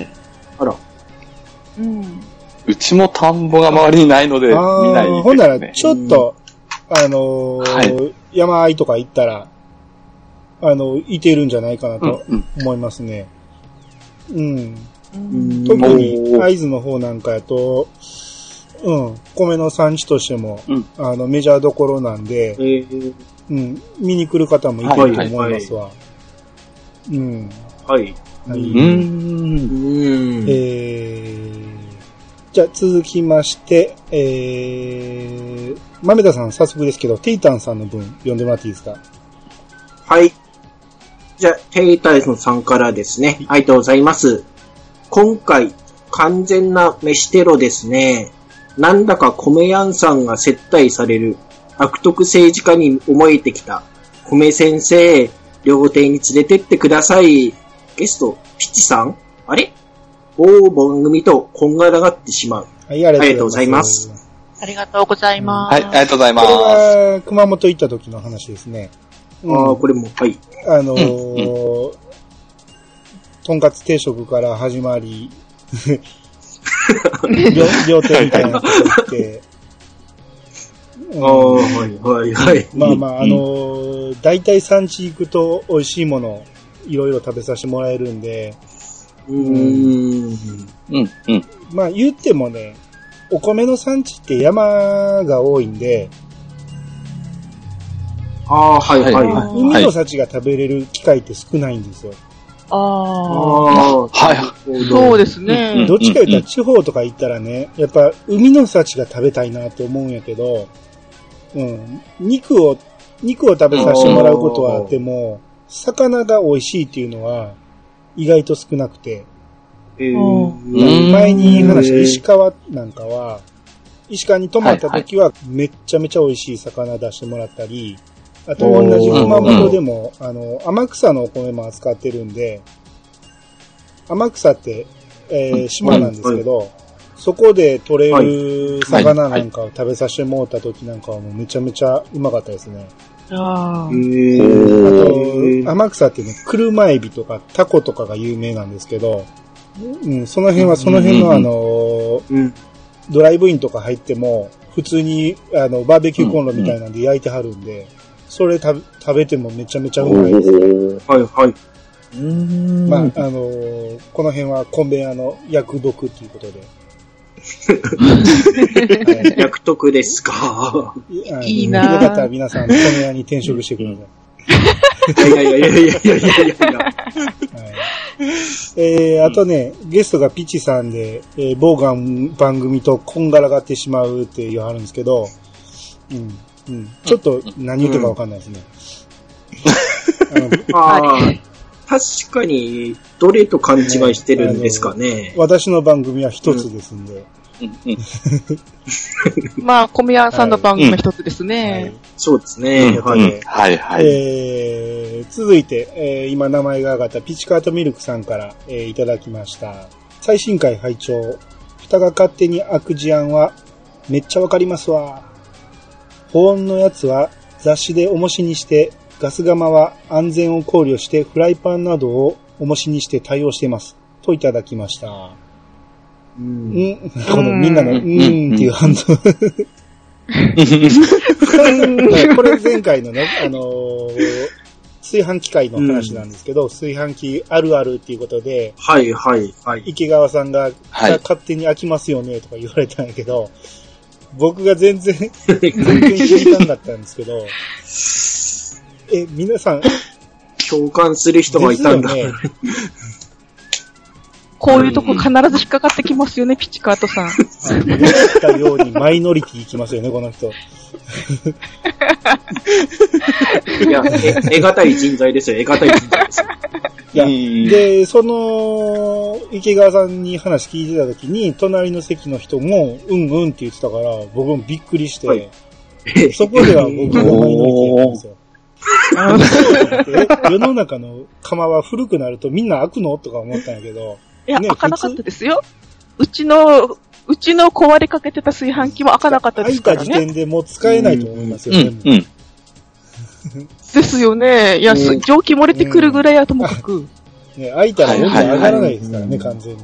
Speaker 4: あ, あら。
Speaker 2: うん。
Speaker 3: うちも田んぼが周りにないので見ないですね。
Speaker 1: ほんなら、ちょっと、あのーはい、山あいとか行ったら、あの、いてるんじゃないかなと思いますね。うん。うん、特に、会津の方なんかやと、うん、米の産地としても、うん、あの、メジャーどころなんで、えー、うん、見に来る方もいてると思いますわ。はいはいはい、うん。
Speaker 4: はい。
Speaker 1: はい。うん。えー、じゃあ続きまして、えー、豆田さん早速ですけど、テイタンさんの分読んでもらっていいですか？
Speaker 4: はい。じゃあ、テイタンさんからですね。ありがとうございます。今回、完全な飯テロですね。なんだか米やんさんが接待される悪徳政治家に思えてきた。米先生、料亭に連れてってください。ゲスト、ピチさん？あれ？某番組とこんがらがってしまう。
Speaker 1: はい、ありがとうございます。
Speaker 2: ありがとうございます。
Speaker 3: はい、ありがとうございます。
Speaker 1: これは、熊本行った時の話ですね。
Speaker 4: うん、ああ、これも、はい。
Speaker 1: あのー、うん、とんかつ定食から始まり、料亭みたいなこと言って、
Speaker 4: うん、ああ、はいはいはい。
Speaker 1: まあまあ、あのー、大体産地行くと美味しいもの、いろいろ食べさせてもらえるんで、
Speaker 4: うーん。
Speaker 3: うん、うん。
Speaker 1: まあ言ってもね、お米の産地って山が多いんで、
Speaker 4: ああ、はいはいはい。
Speaker 1: 海の幸が食べれる機会って少ないんですよ。
Speaker 2: あ
Speaker 3: あ、はい。
Speaker 2: そうですね。
Speaker 1: どっちか言ったら地方とか行ったらね、やっぱ海の幸が食べたいなって思うんやけど、うん。肉を、肉を食べさせてもらうことはあっても、魚が美味しいっていうのは意外と少なくて。
Speaker 4: えー、
Speaker 1: 前に話した石川なんかは、石川に泊まった時はめっちゃめちゃ美味しい魚出してもらったり、あと同じ熊本でも、あの、天草のお米も扱ってるんで、 天草って、えー、島なんですけど、はいはい、そこで取れる魚なんかを食べさせてもらった時なんかはもうめちゃめちゃうまかったですね。
Speaker 2: あ,
Speaker 1: あと、天草ってね、車エビとかタコとかが有名なんですけど、うん、その辺はその辺のあの、うん、ドライブインとか入っても、普通にあのバーベキューコンロみたいなんで焼いてはるんで、それ食べ、食べてもめちゃめちゃうまいです。
Speaker 4: はいはい。
Speaker 1: うーんまあ、あのー、この辺はコンベヤの役得ということで。
Speaker 4: はい、役得ですか。
Speaker 2: いいなぁ。
Speaker 1: よかったら皆さん、コンベヤに転職してくだ
Speaker 4: さい。いやいやいやいやいやいやいやいや。はい
Speaker 1: えー、あとね、ゲストがピチさんで、えー、某番組とこんがらがってしまうって言わはるんですけど、うんうん、ちょっと何言ってるかわかんないですね。
Speaker 4: うん、ああ確かに、どれと勘違いしてるんですかね。
Speaker 1: 私の番組は一つですんで。
Speaker 2: うん、まあ、米屋さんの番組は一つですね。はいはい、
Speaker 4: そうですね。
Speaker 3: はい、はいはい、
Speaker 1: えー。続いて、えー、今名前が上がったピチカートミルクさんから、えー、いただきました。最新回拝聴。蓋が勝手に開く事案は、めっちゃわかりますわ。保温のやつは雑誌で重しにして、ガス釜は安全を考慮してフライパンなどを重しにして対応しています。といただきました。うん、んこのみんなの、うーんっていう反応。これ前回のね、あのー、炊飯器会の話なんですけど、うん、炊飯器あるあるっていうことで、
Speaker 4: はいはいはい。
Speaker 1: 池川さんが、はい、勝手に開きますよねとか言われたんやけど、僕が全然、全然聞いたんだったんですけど、え、皆さん、
Speaker 4: 共感する人がいたんだ。ね、
Speaker 2: こういうとこ必ず引っかかってきますよね、ピチカートさん。
Speaker 1: 思ったようにマイノリティいきますよね、この人。
Speaker 4: いや、え、得難い人材ですよ、得難い人材ですよ。
Speaker 1: いや、で、その、池川さんに話聞いてたときに、隣の席の人も、うんうんって言ってたから、僕もびっくりして、はい、そこでは僕がマイノリティなんですよ。世の中の釜は古くなるとみんな開くのとか思ったんやけど。
Speaker 2: いや、ね、開かなかったですよ。うちの、うちの壊れかけてた炊飯器も開かなかったですからね。
Speaker 1: 開いた時点でもう使えないと思いますよね。うんうん
Speaker 2: ですよね。いや、蒸気漏れてくるぐらいはともかく。
Speaker 1: ね、開いたら温度上がらないですからね、完全に。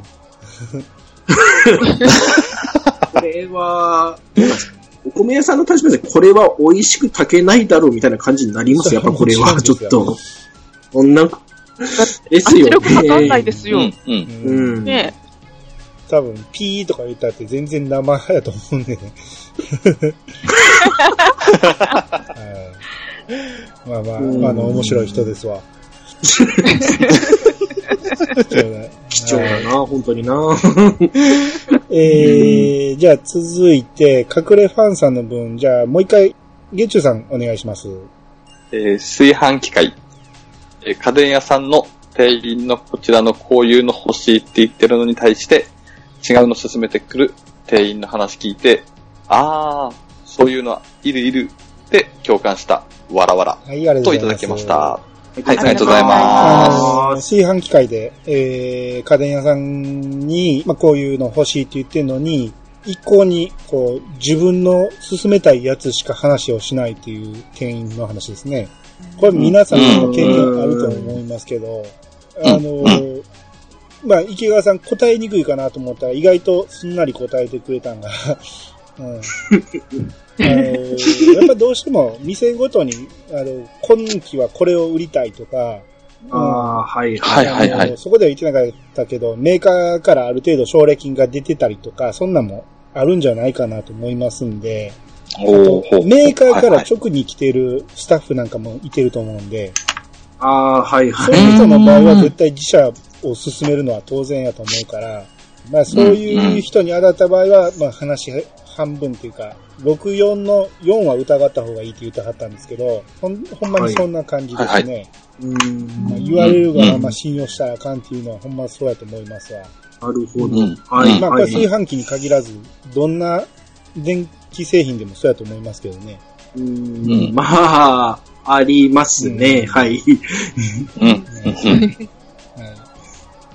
Speaker 4: これは、お米屋さんの立場でこれは美味しく炊けないだろうみたいな感じになりますよ。やっぱこれはちょっと。こんな、ですよね。
Speaker 2: 圧力かかんないですよ。うん。
Speaker 1: うん。ね多分、ピーとか言ったって全然生やと思うんでね。まあまあ、まあ、あの、面白い人ですわ。
Speaker 4: 貴重だな、本当にな。
Speaker 1: えー、じゃあ続いて、隠れファンさんの分、じゃあもう一回、ゲッチュさんお願いします。
Speaker 3: えー、炊飯器会。えー、家電屋さんの店員のこちらのこういうの欲しいって言ってるのに対して、違うの勧めてくる店員の話聞いて、あー、そういうのはいるいるって共感した。わらわら。
Speaker 1: はい、ありがとうございます。
Speaker 3: といただきました。はい、ありがとうございます。
Speaker 1: 炊飯器会で、えー、家電屋さんに、まあ、こういうの欲しいって言ってるのに、一向に、こう、自分の勧めたいやつしか話をしないっていう店員の話ですね。これ皆さんの経験あると思いますけど、あの、まあ、池川さん答えにくいかなと思ったら意外とすんなり答えてくれたんが、うん、あのやっぱどうしても店ごとに、あの、今期はこれを売りたいとか、
Speaker 4: ああ、うん、はい
Speaker 3: はいはいはい。
Speaker 1: そこでは言ってなかったけど、メーカーからある程度奨励金が出てたりとか、そんなもあるんじゃないかなと思いますんで、あとメーカーから直に来てるスタッフなんかもいてると思うんで、
Speaker 4: ああ、はいはい。
Speaker 1: そういう人の場合は絶対自社を進めるのは当然やと思うから、まあそういう人に当たった場合は、まあ話半分っていうか、ろくじゅうよんのよんは疑った方がいいって言ってはったんですけど、ほん、ほんまにそんな感じですね。はいはいはい、うんまあ、言われるがまあ信用したらあかんっていうのはほんまそうやと思いますわ。
Speaker 4: なるほど。
Speaker 1: うん、はい。まあこれ炊飯器に限らず、どんな電気製品でもそうやと思いますけどね。
Speaker 4: うん、うん、まあ、ありますね、うん、はい。うん。はい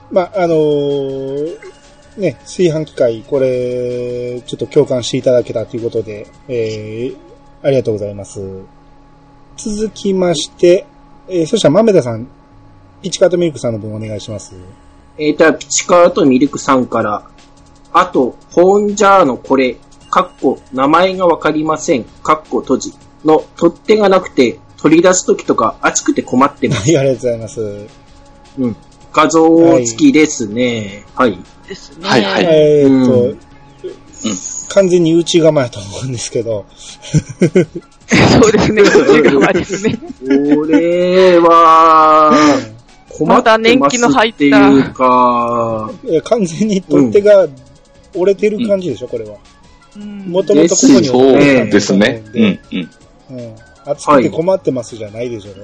Speaker 1: まあ、あのー、ね、炊飯器会、これ、ちょっと共感していただけたということで、えー、ありがとうございます。続きまして、えー、そしたら豆田さん、ピチカートミルクさんの分お願いします。
Speaker 4: えー、では、ピチカートミルクさんから、あと、ホーンジャーのこれ、かっこ、名前がわかりません、かっこ閉じ、の取っ手がなくて、取り出すときとか熱くて困ってます。
Speaker 1: はい、ありがとうございます。
Speaker 4: うん。画像付きですね。はい。はい、
Speaker 2: ですね。
Speaker 3: はいはい。
Speaker 1: えーっと、
Speaker 3: うん、
Speaker 1: 完全に内釜やと思うんですけど。
Speaker 2: そうですね、内釜ですね。
Speaker 4: これは、困ってますっていうか、
Speaker 1: いや完全に取っ手が折れてる感じでしょ、うん、これは。もともとここに
Speaker 3: 折れてるですね。うん。
Speaker 1: うん。熱くて困ってますじゃないでしょ、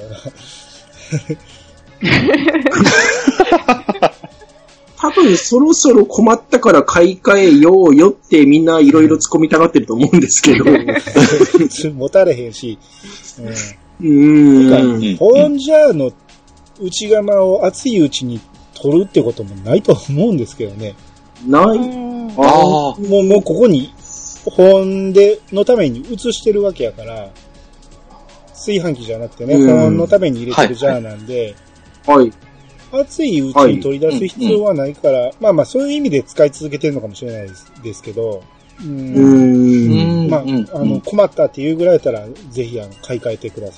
Speaker 4: はい多分そろそろ困ったから買い替えようよってみんないろいろ突っ込みたがってると思うんですけど。
Speaker 1: 持たれへんし。
Speaker 4: うん。う
Speaker 1: ーん。ホーンジャーの内釜を熱いうちに取るってこともないと思うんですけどね。
Speaker 4: ない。ああ。
Speaker 1: もう、もうここに保温でのために移してるわけやから、炊飯器じゃなくてね、保温のために入れてるジャーなんで、
Speaker 4: はい。はい
Speaker 1: 熱いうちに取り出す必要はないから、はいうんうん、まあまあそういう意味で使い続けてるのかもしれないです、ですけど、うーん。うーんまあ、あの、困ったっていうぐらいだったら、ぜひあの、買い替えてくださ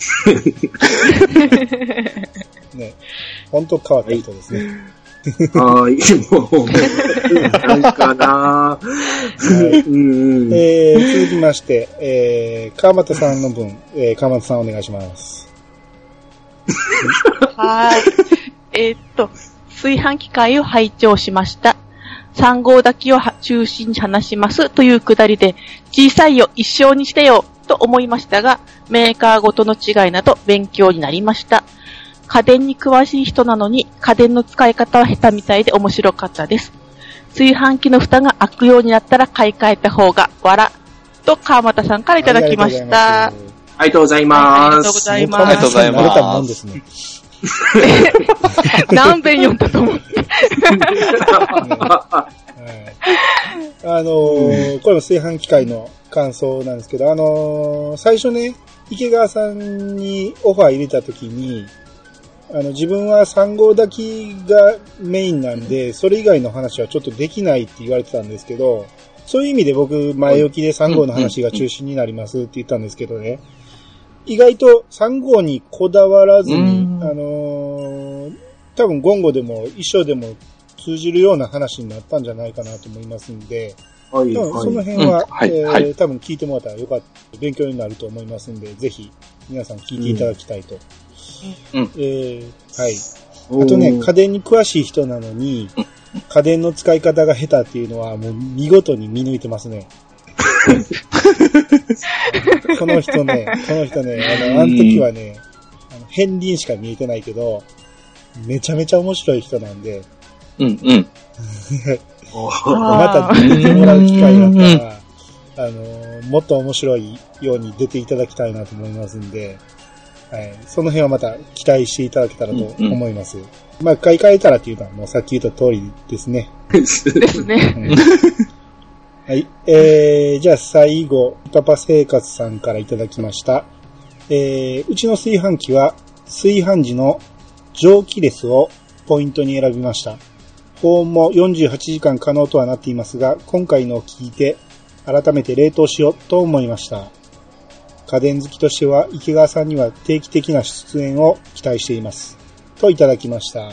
Speaker 1: い。ね。本当変わった人ですね。
Speaker 4: はい。もう、なんかなはい、
Speaker 1: うんえー、続きまして、えー、川又さんの分、えー、川又さんお願いします。
Speaker 2: はい。えー、っと、炊飯器会を拝聴しました。さん号炊きを中心に話しますというくだりで、小さいよ、一生にしてよ、と思いましたが、メーカーごとの違いなど勉強になりました。家電に詳しい人なのに、家電の使い方は下手みたいで面白かったです。炊飯器の蓋が開くようになったら買い替えた方が、わら、と川又さんからいただきました。
Speaker 4: ありがとうございます。
Speaker 2: ありがとうございます。
Speaker 3: ありがとうございます。
Speaker 2: 何遍読んだと思って。
Speaker 1: あのー、これも炊飯器会の感想なんですけど、あのー、最初ね、池川さんにオファー入れたときに、あの、自分はさん号炊きがメインなんで、それ以外の話はちょっとできないって言われてたんですけど、そういう意味で僕、前置きでさん号の話が中心になりますって言ったんですけどね、意外とさん号にこだわらずに、あのー、多分言語でも一緒でも通じるような話になったんじゃないかなと思いますんで、はいはい、その辺は、うんはいえーはい、多分聞いてもらったらよかった、勉強になると思いますんで、ぜひ皆さん聞いていただきたいと。うんえー、はい。あとね、家電に詳しい人なのに、家電の使い方が下手っていうのはもう見事に見抜いてますね。この人ね、この人ね、あの、あの時はね、あの片鱗しか見えてないけど、めちゃめちゃ面白い人なんで、
Speaker 3: うんうん。
Speaker 1: また出てもらう機会があったら、あの、もっと面白いように出ていただきたいなと思いますんで、はい、その辺はまた期待していただけたらと思います。うんうん、まあ、買い替えたらっていうのはもうさっき言った通りですね。
Speaker 2: ですね。うん
Speaker 1: はい。えー、じゃあ最後、パパ生活さんからいただきました。えー、うちの炊飯器は、炊飯時の蒸気レスをポイントに選びました。保温もよんじゅうはちじかん可能とはなっていますが、今回のを聞いて、改めて冷凍しようと思いました。家電好きとしては、池川さんには定期的な出演を期待しています。といただきました。はい、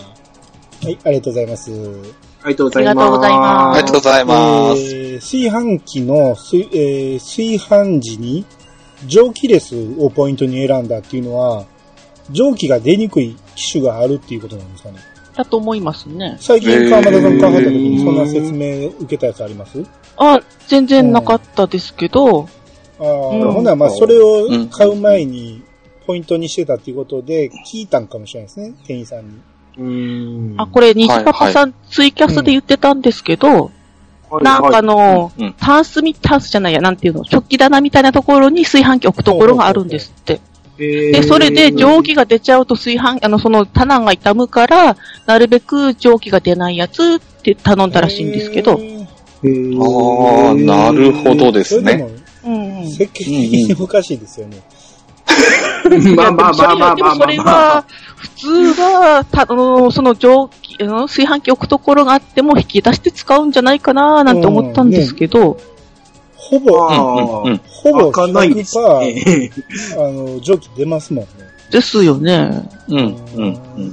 Speaker 1: ありがとうございます。
Speaker 4: ありがとうございます。
Speaker 2: ありがとうございます。
Speaker 3: ありがとうございます。
Speaker 1: えー、炊飯器の炊、えー、炊飯時に蒸気レスをポイントに選んだっていうのは、蒸気が出にくい機種があるっていうことなんですかね。
Speaker 2: だと思いますね。
Speaker 1: 最近川又さん買った時にそんな説明受けたやつあります？
Speaker 2: あ、全然なかったですけど。
Speaker 1: ああ、うん、ほんならまあそれを買う前にポイントにしてたっていうことで聞いたんかもしれないですね、店員さんに。
Speaker 4: うーん
Speaker 2: あ、これ、ニジパパさん、はいはい、ツイキャスで言ってたんですけど、うん、なんかの、はいはい、タンスみ、タンスじゃないや、なんていうの、食器棚みたいなところに炊飯器置くところがあるんですって。 で、それで蒸気が出ちゃうと炊飯、あの、その棚が傷むから、なるべく蒸気が出ないやつって頼んだらしいんですけど。
Speaker 3: ああ、なるほどですね。
Speaker 2: うんうん、
Speaker 1: 設計的におかしいですよね。
Speaker 4: まあまあまあまあまあまあ。
Speaker 2: でもそれは、普通は、たあの、その蒸気、炊飯器置くところがあっても引き出して使うんじゃないかななんて思ったんですけど。ね、
Speaker 1: ほぼ、
Speaker 3: うんうん、
Speaker 1: ほぼひゃくパーセント、あの、蒸気出ますもんね。
Speaker 2: ですよね。
Speaker 3: うん、うん、うん。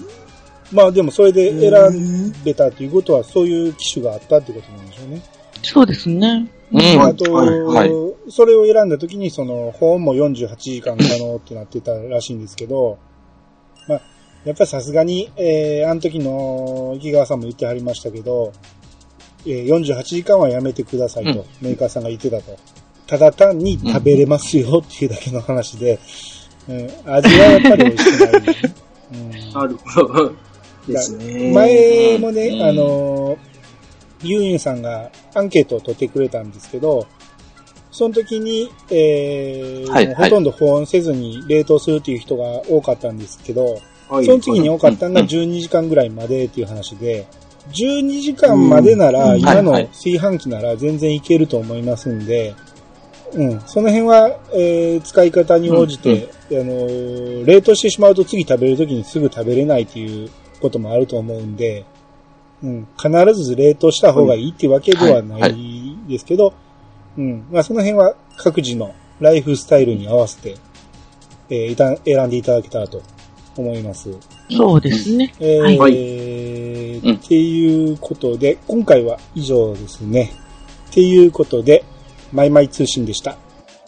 Speaker 1: まあでもそれで選べたということは、そういう機種があったってことなんでしょうね。
Speaker 2: そうですね。
Speaker 1: うん、あと、はいはい、それを選んだときに、その、保温もよんじゅうはちじかん可能ってなってたらしいんですけど、まあ、やっぱりさすがに、えー、あの時の池川さんも言ってはりましたけど、えー、よんじゅうはちじかんはやめてくださいと、うん、メーカーさんが言ってたと。ただ単に食べれますよっていうだけの話で、うん、味はやっぱり美味しくない、ね。
Speaker 4: うん、なるほど。ですね。
Speaker 1: 前もね、うん、あの、ユーユンさんがアンケートを取ってくれたんですけど、その時に、えーはいはい、ほとんど保温せずに冷凍するっていう人が多かったんですけど、はい、その次に多かったのがじゅうにじかんぐらいまでっていう話で、じゅうにじかんまでなら、今の炊飯器なら全然いけると思いますんで、うん、その辺は、えー、使い方に応じて、うんうん、あのー、冷凍してしまうと次食べる時にすぐ食べれないっていうこともあると思うんで、うん、必ず冷凍した方がいいっていうわけではないですけど、はいはい、うん、まあその辺は各自のライフスタイルに合わせて、えー、いた選んでいただけたらと思います。
Speaker 2: そうですね。
Speaker 1: えー、はい。っていうことで、今回は以上ですね。っていうことで、マイマイ通信でした。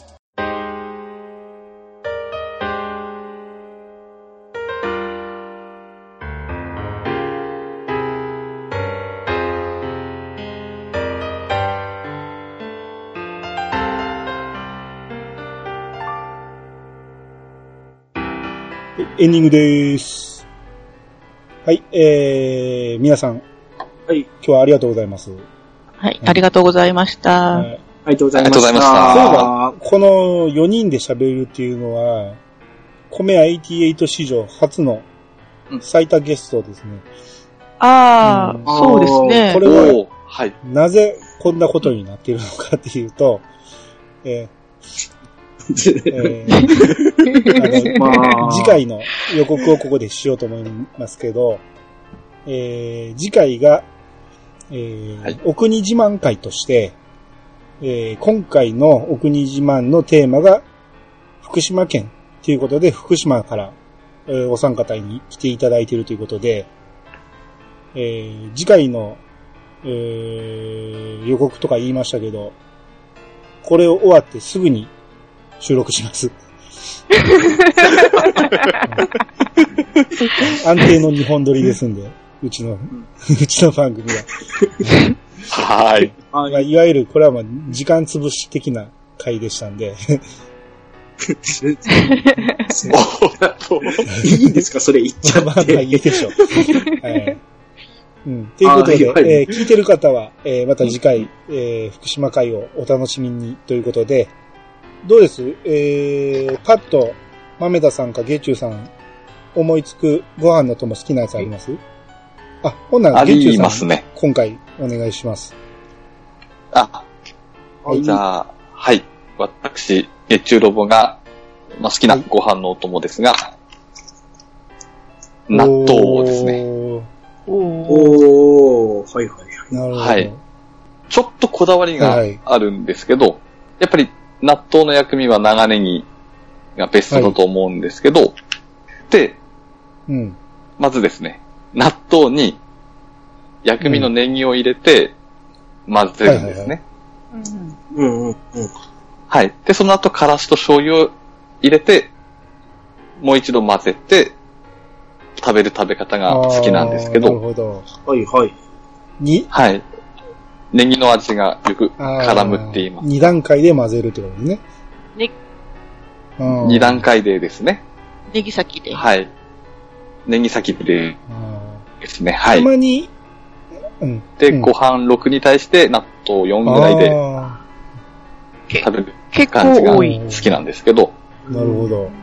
Speaker 1: エンディングでーす。はい、えー、皆さん。
Speaker 4: はい。
Speaker 1: 今日はありがとうございます。
Speaker 2: はい、ありがとうございました。はい、
Speaker 4: ありがとうございました。そういえ
Speaker 1: ば、このよにんで喋るっていうのは、米谷はちじゅうはち史上初の最多ゲストですね。うん、
Speaker 2: ああ、うん、そうですね。
Speaker 1: これは、はい、なぜこんなことになっているのかっていうと、えーえーあのまあ、次回の予告をここでしようと思いますけど、えー、次回が、えーはい、お国自慢会として、えー、今回のお国自慢のテーマが福島県ということで、福島から、えー、お三方に来ていただいているということで、えー、次回の、えー、予告とか言いましたけど、これを終わってすぐに収録します。安定の日本撮りですんで、うちの、うちの番組は。
Speaker 3: はい。
Speaker 1: まあ、いわゆる、これはまあ、時間潰し的な回でしたんで。
Speaker 4: いいんですかそれ言っちゃって。
Speaker 1: まあまあいいでしょう。はい。うん。ということで、はい、えー、聞いてる方は、えー、また次回、えー、福島会をお楽しみにということで、どうです？えー、パッと、豆田さんかゲチューさん、思いつくご飯の友好きなやつあります？あ、ほんならゲチューさん、ありますね。今回お願いします。
Speaker 3: あ、じゃあ、はい。私、ゲチューロボが、まあ、好きなご飯のお供ですが、はい、納豆ですね。
Speaker 4: おー、はいはいはい。
Speaker 1: なるほど。
Speaker 3: はい。ちょっとこだわりがあるんですけど、はい、やっぱり、納豆の薬味は長ネギがベストだと思うんですけど、はい、で、
Speaker 1: うん、
Speaker 3: まずですね、納豆に薬味のネギを入れて混ぜるんですね。はい。で、その後、からしと醤油を入れて、もう一度混ぜて、食べる食べ方が好きなんですけど。
Speaker 1: なるほど。
Speaker 4: はいはい。
Speaker 1: に
Speaker 3: はい。ネギの味がよく絡むって言います。
Speaker 1: 二段階で混ぜるってことですね。
Speaker 2: ね。
Speaker 3: 二段階でですね。
Speaker 2: ネギ先で。
Speaker 3: はい。ネギ先でですね。はい。
Speaker 1: たまに、うん、
Speaker 3: で、うん、ご飯ろくに対して納豆よんぐらいで食べる感じが好きなんですけど。
Speaker 1: なるほど。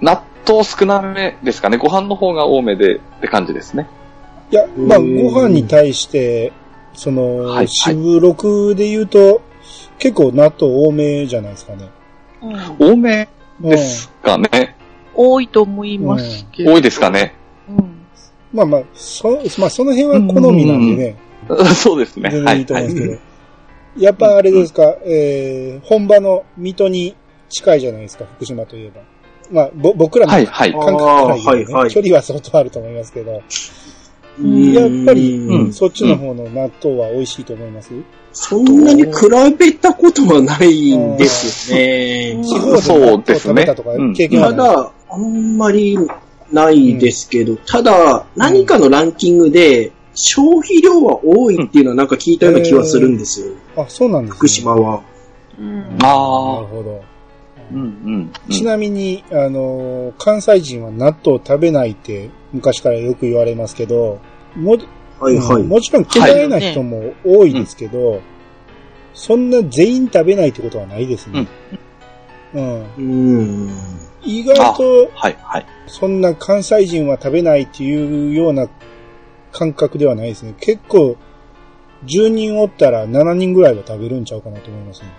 Speaker 3: 納豆少なめですかね。ご飯の方が多めでって感じですね。
Speaker 1: いや、まあ、ご飯に対して、その、
Speaker 3: はいはい
Speaker 1: 四分六で言うと、結構納豆多めじゃないですかね。
Speaker 2: うん、
Speaker 3: 多めですかね。
Speaker 2: 多いと思いますけど。
Speaker 3: 多いですかね。
Speaker 2: うん。
Speaker 1: まあまあ、そ、まあその辺は好みなんでね。
Speaker 3: そうですね。
Speaker 1: 全然いいと思うんですけど。はいはい、やっぱあれですか、えー、本場の水戸に近いじゃないですか、福島といえば。まあ、ぼ、僕らの感覚から言うとね、はいはい、距離は相当あると思いますけど。やっぱり、うん、そっちの方の納豆は美味しいと思います？
Speaker 4: そんなに比べたことはないんですよね。
Speaker 1: 地方で納豆食べたとか経験はない？
Speaker 4: まだ、あんまりないですけど、うん、ただ、何かのランキングで、消費量は多いっていうのはなんか聞いたような気はするんですよ。
Speaker 1: えー、あ、そうなんですね。
Speaker 4: 福島は。
Speaker 2: うん、
Speaker 3: ああ。
Speaker 1: なるほど。
Speaker 3: うんうんうん、
Speaker 1: ちなみに、あの、関西人は納豆を食べないって昔からよく言われますけど、も、はいはい、もちろん嫌いな人も多いですけど、はい、そんな全員食べないってことはないですね。うん。うん、意外と、
Speaker 3: はいはい、
Speaker 1: そんな関西人は食べないっていうような感覚ではないですね。結構、じゅうにんおったらしちにんぐらいは食べるんちゃうかなと思いますね。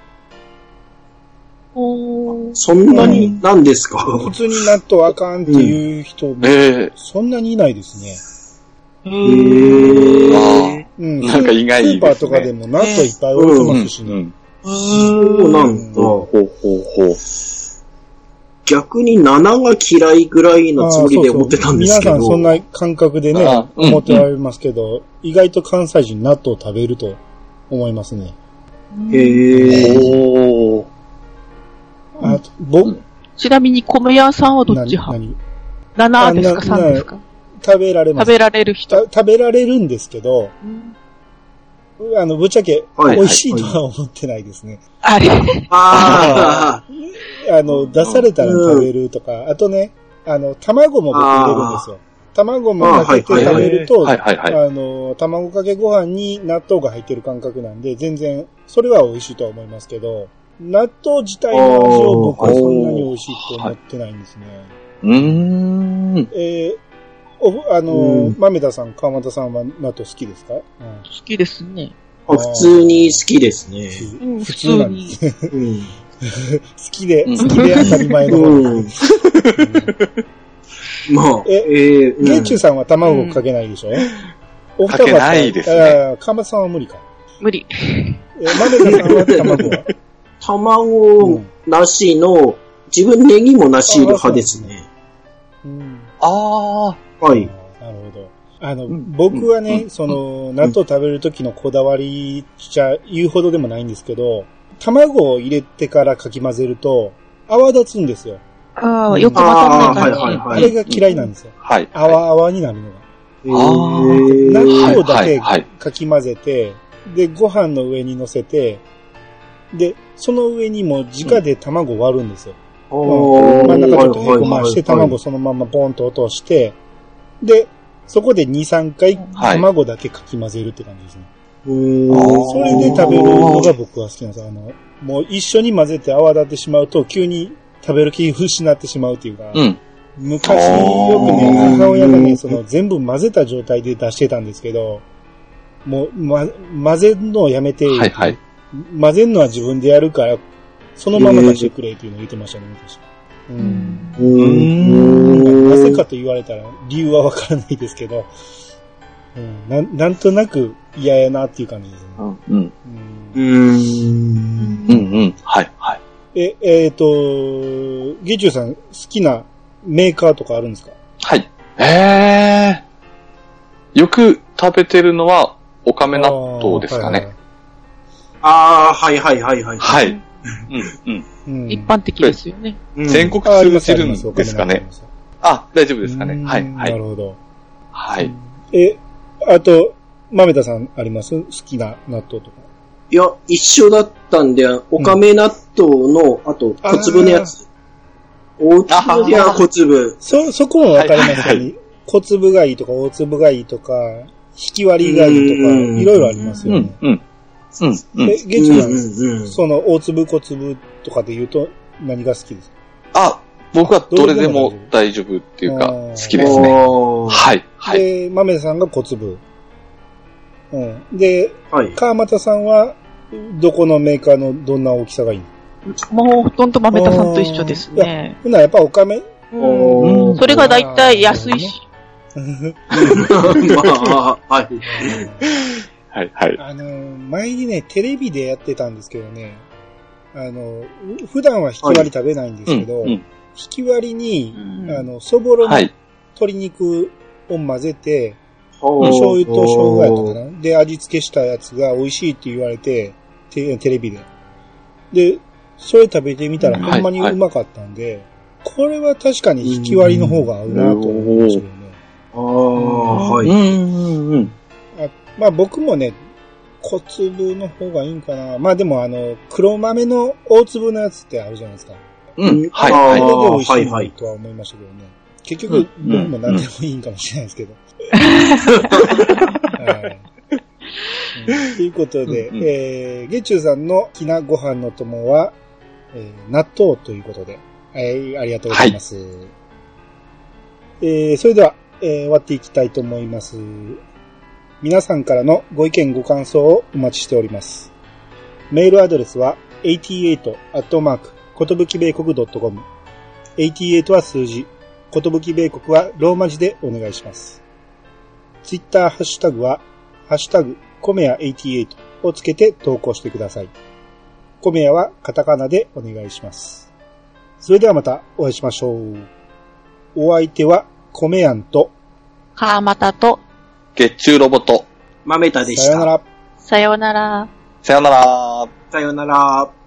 Speaker 4: そんなになんですか？
Speaker 1: 普通に納豆あかんっていう人も、そんなにいないですね。
Speaker 3: へー。
Speaker 1: うん、
Speaker 3: なんか意外ですね。
Speaker 1: スーパーとかでも納豆いっぱい置いてますしね。うんうん、
Speaker 4: そうなんだ。ほうほうほう。逆にななが嫌いぐらいのつもりで思ってたんですけど。
Speaker 1: そうそう、皆さんそんな感覚でね、思ってられますけど、うんうん、意外と関西人納豆を食べると思いますね。
Speaker 4: へー。
Speaker 1: あとぼ
Speaker 2: ちなみに米屋さんはどっち派？ななですか ?さん ですか？
Speaker 1: 食べられます。
Speaker 2: 食べられる人。
Speaker 1: 食べられるんですけど、うん、あの、ぶっちゃけ、美味しいとは思ってないですね。
Speaker 2: あれ
Speaker 1: ああの、出されたら食べるとか、うん、あとね、あの、卵も僕入れるんですよ。卵もかけて食べると、あの、卵かけご飯に納豆が入ってる感覚なんで、全然、それは美味しいとは思いますけど、納豆自体の味を僕はそんなに美味しいと思ってないんですね。
Speaker 3: うーん。
Speaker 1: えー、お、あの、豆田さん、川又さんは納豆好きですか？うん、好
Speaker 2: きですね。
Speaker 4: あ、普通に好きですね。
Speaker 2: うん、普通なんですね。
Speaker 1: うん、好きで、好きで当たり前のもの、うんうん。まあ、え、えー、ゲイチュウさんは卵かけないでしょ？うん、
Speaker 3: お二方かけないですね。
Speaker 1: 川又さんは無理か。
Speaker 2: 無理。
Speaker 1: え、豆田さんは卵は
Speaker 4: 卵なしの、自分ネギもなしいる派ですね。
Speaker 1: うん、
Speaker 3: ああ。
Speaker 4: はい。
Speaker 1: なるほど。あの、うん、僕はね、うん、その、納豆食べる時のこだわりじゃ言うほどでもないんですけど、卵を入れてからかき混ぜると、泡立つんですよ。
Speaker 2: ああ、よくわかんない感じ。
Speaker 1: あ、はいはいはい、あれが嫌いなんですよ。
Speaker 3: うん、はい。
Speaker 1: 泡泡になるのが。
Speaker 3: ああ。
Speaker 1: 納豆だけかき混ぜて、で、ご飯の上に乗せて、で、その上にも直で卵を割るんですよ。うん、真ん中ちょっとへこまして、卵そのままボンと落として、で、そこでに、さんかい卵だけかき混ぜるって感じですね。はい、それで食べるのが僕は好きなんです。あの、もう一緒に混ぜて泡立ってしまうと、急に食べる気失ってしまうっていうか、うん、昔よくね、母親がね、その全部混ぜた状態で出してたんですけど、もう、ま、混ぜるのをやめて、
Speaker 3: はいはい、
Speaker 1: 混ぜるのは自分でやるから、そのまま出してくれっていうのを言ってましたね、昔。うん。うーん。なぜかと言われたら理由はわからないですけど、うん、な, なんとなく嫌やなっていう感じですね。
Speaker 3: うん。うん。
Speaker 4: うん。
Speaker 3: うんうん。はいはい。
Speaker 1: え、えっ、ー、と、ゲチュウさん好きなメーカーとかあるんですか？
Speaker 3: はい。えー。よく食べてるのは、おかめ納豆ですかね。
Speaker 4: ああ、はいはいはいはい。
Speaker 3: はい。うん
Speaker 2: うん。一般的ですよね。
Speaker 3: 全国通じるんですかね。あ、大丈夫ですかね。はいはい。
Speaker 1: なるほど。
Speaker 3: はい。
Speaker 1: え、あと、豆田さんあります？好きな納豆とか。
Speaker 4: いや、一緒だったんで、おかめ納豆の、あと、小粒のやつ。大粒や小粒。
Speaker 1: そ、そこもわかりますよね。小粒がいいとか、大粒がいいとか、引き割りがいいとか、いろいろありますよね。
Speaker 3: うん。うん。うん。
Speaker 1: え、ゲチュウさん、その大粒小粒とかで言うと何が好きですか？
Speaker 3: あ、 僕はどれでも大丈夫っていうか、好きですね。はい。はい。
Speaker 1: で、豆さんが小粒。うん。で、
Speaker 4: はい。
Speaker 1: 川又さんは、どこのメーカーのどんな大きさがいいの？
Speaker 2: もうほとんど豆田さんと一緒ですね。
Speaker 1: ほな、やっぱおかめ？
Speaker 2: うん。それがだいたい安いし。
Speaker 4: まあ、はい。
Speaker 3: はい、はい。
Speaker 1: あの、前にね、テレビでやってたんですけどね、あの、普段は引き割り食べないんですけど、はい、うんうん、引き割りに、うん、あの、そぼろの鶏肉を混ぜて、はい、醤油と生姜やったかなで、味付けしたやつが美味しいって言われて、テ, テレビで。で、それ食べてみたらほんまにうまかったんで、はいはい、これは確かに引き割りの方が合うなと思いましたけどね。
Speaker 4: ああ、はい。
Speaker 1: うんうんうん。あ、まあ僕もね、小粒の方がいいんかな。まあでもあの、黒豆の大粒のやつってあるじゃないですか。
Speaker 3: うん。はい、
Speaker 1: はい。それで美味しいなとは思いましたけどね。結局、僕も何でもいいんかもしれないですけど。はい。うん、ということで、うんうん、えー、月中さんのきなご飯の友は、えー、納豆ということで、はい、ありがとうございます。はい、えー、それでは、えー、終わっていきたいと思います。皆さんからのご意見ご感想をお待ちしております。メールアドレスは はちじゅうはち アットマーク ことぶき米国 ドットコム はちじゅうはちは数字、ことぶき米国はローマ字でお願いします。ツイッターハッシュタグはハッシュタグコメヤはちじゅうはちをつけて投稿してください。コメヤはカタカナでお願いします。それではまたお会いしましょう。お相手はコメヤンと
Speaker 2: 川又と
Speaker 3: 月中ロボット
Speaker 4: 豆田でした。
Speaker 1: さようなら。
Speaker 2: さようなら。
Speaker 3: さようなら。
Speaker 4: さようなら。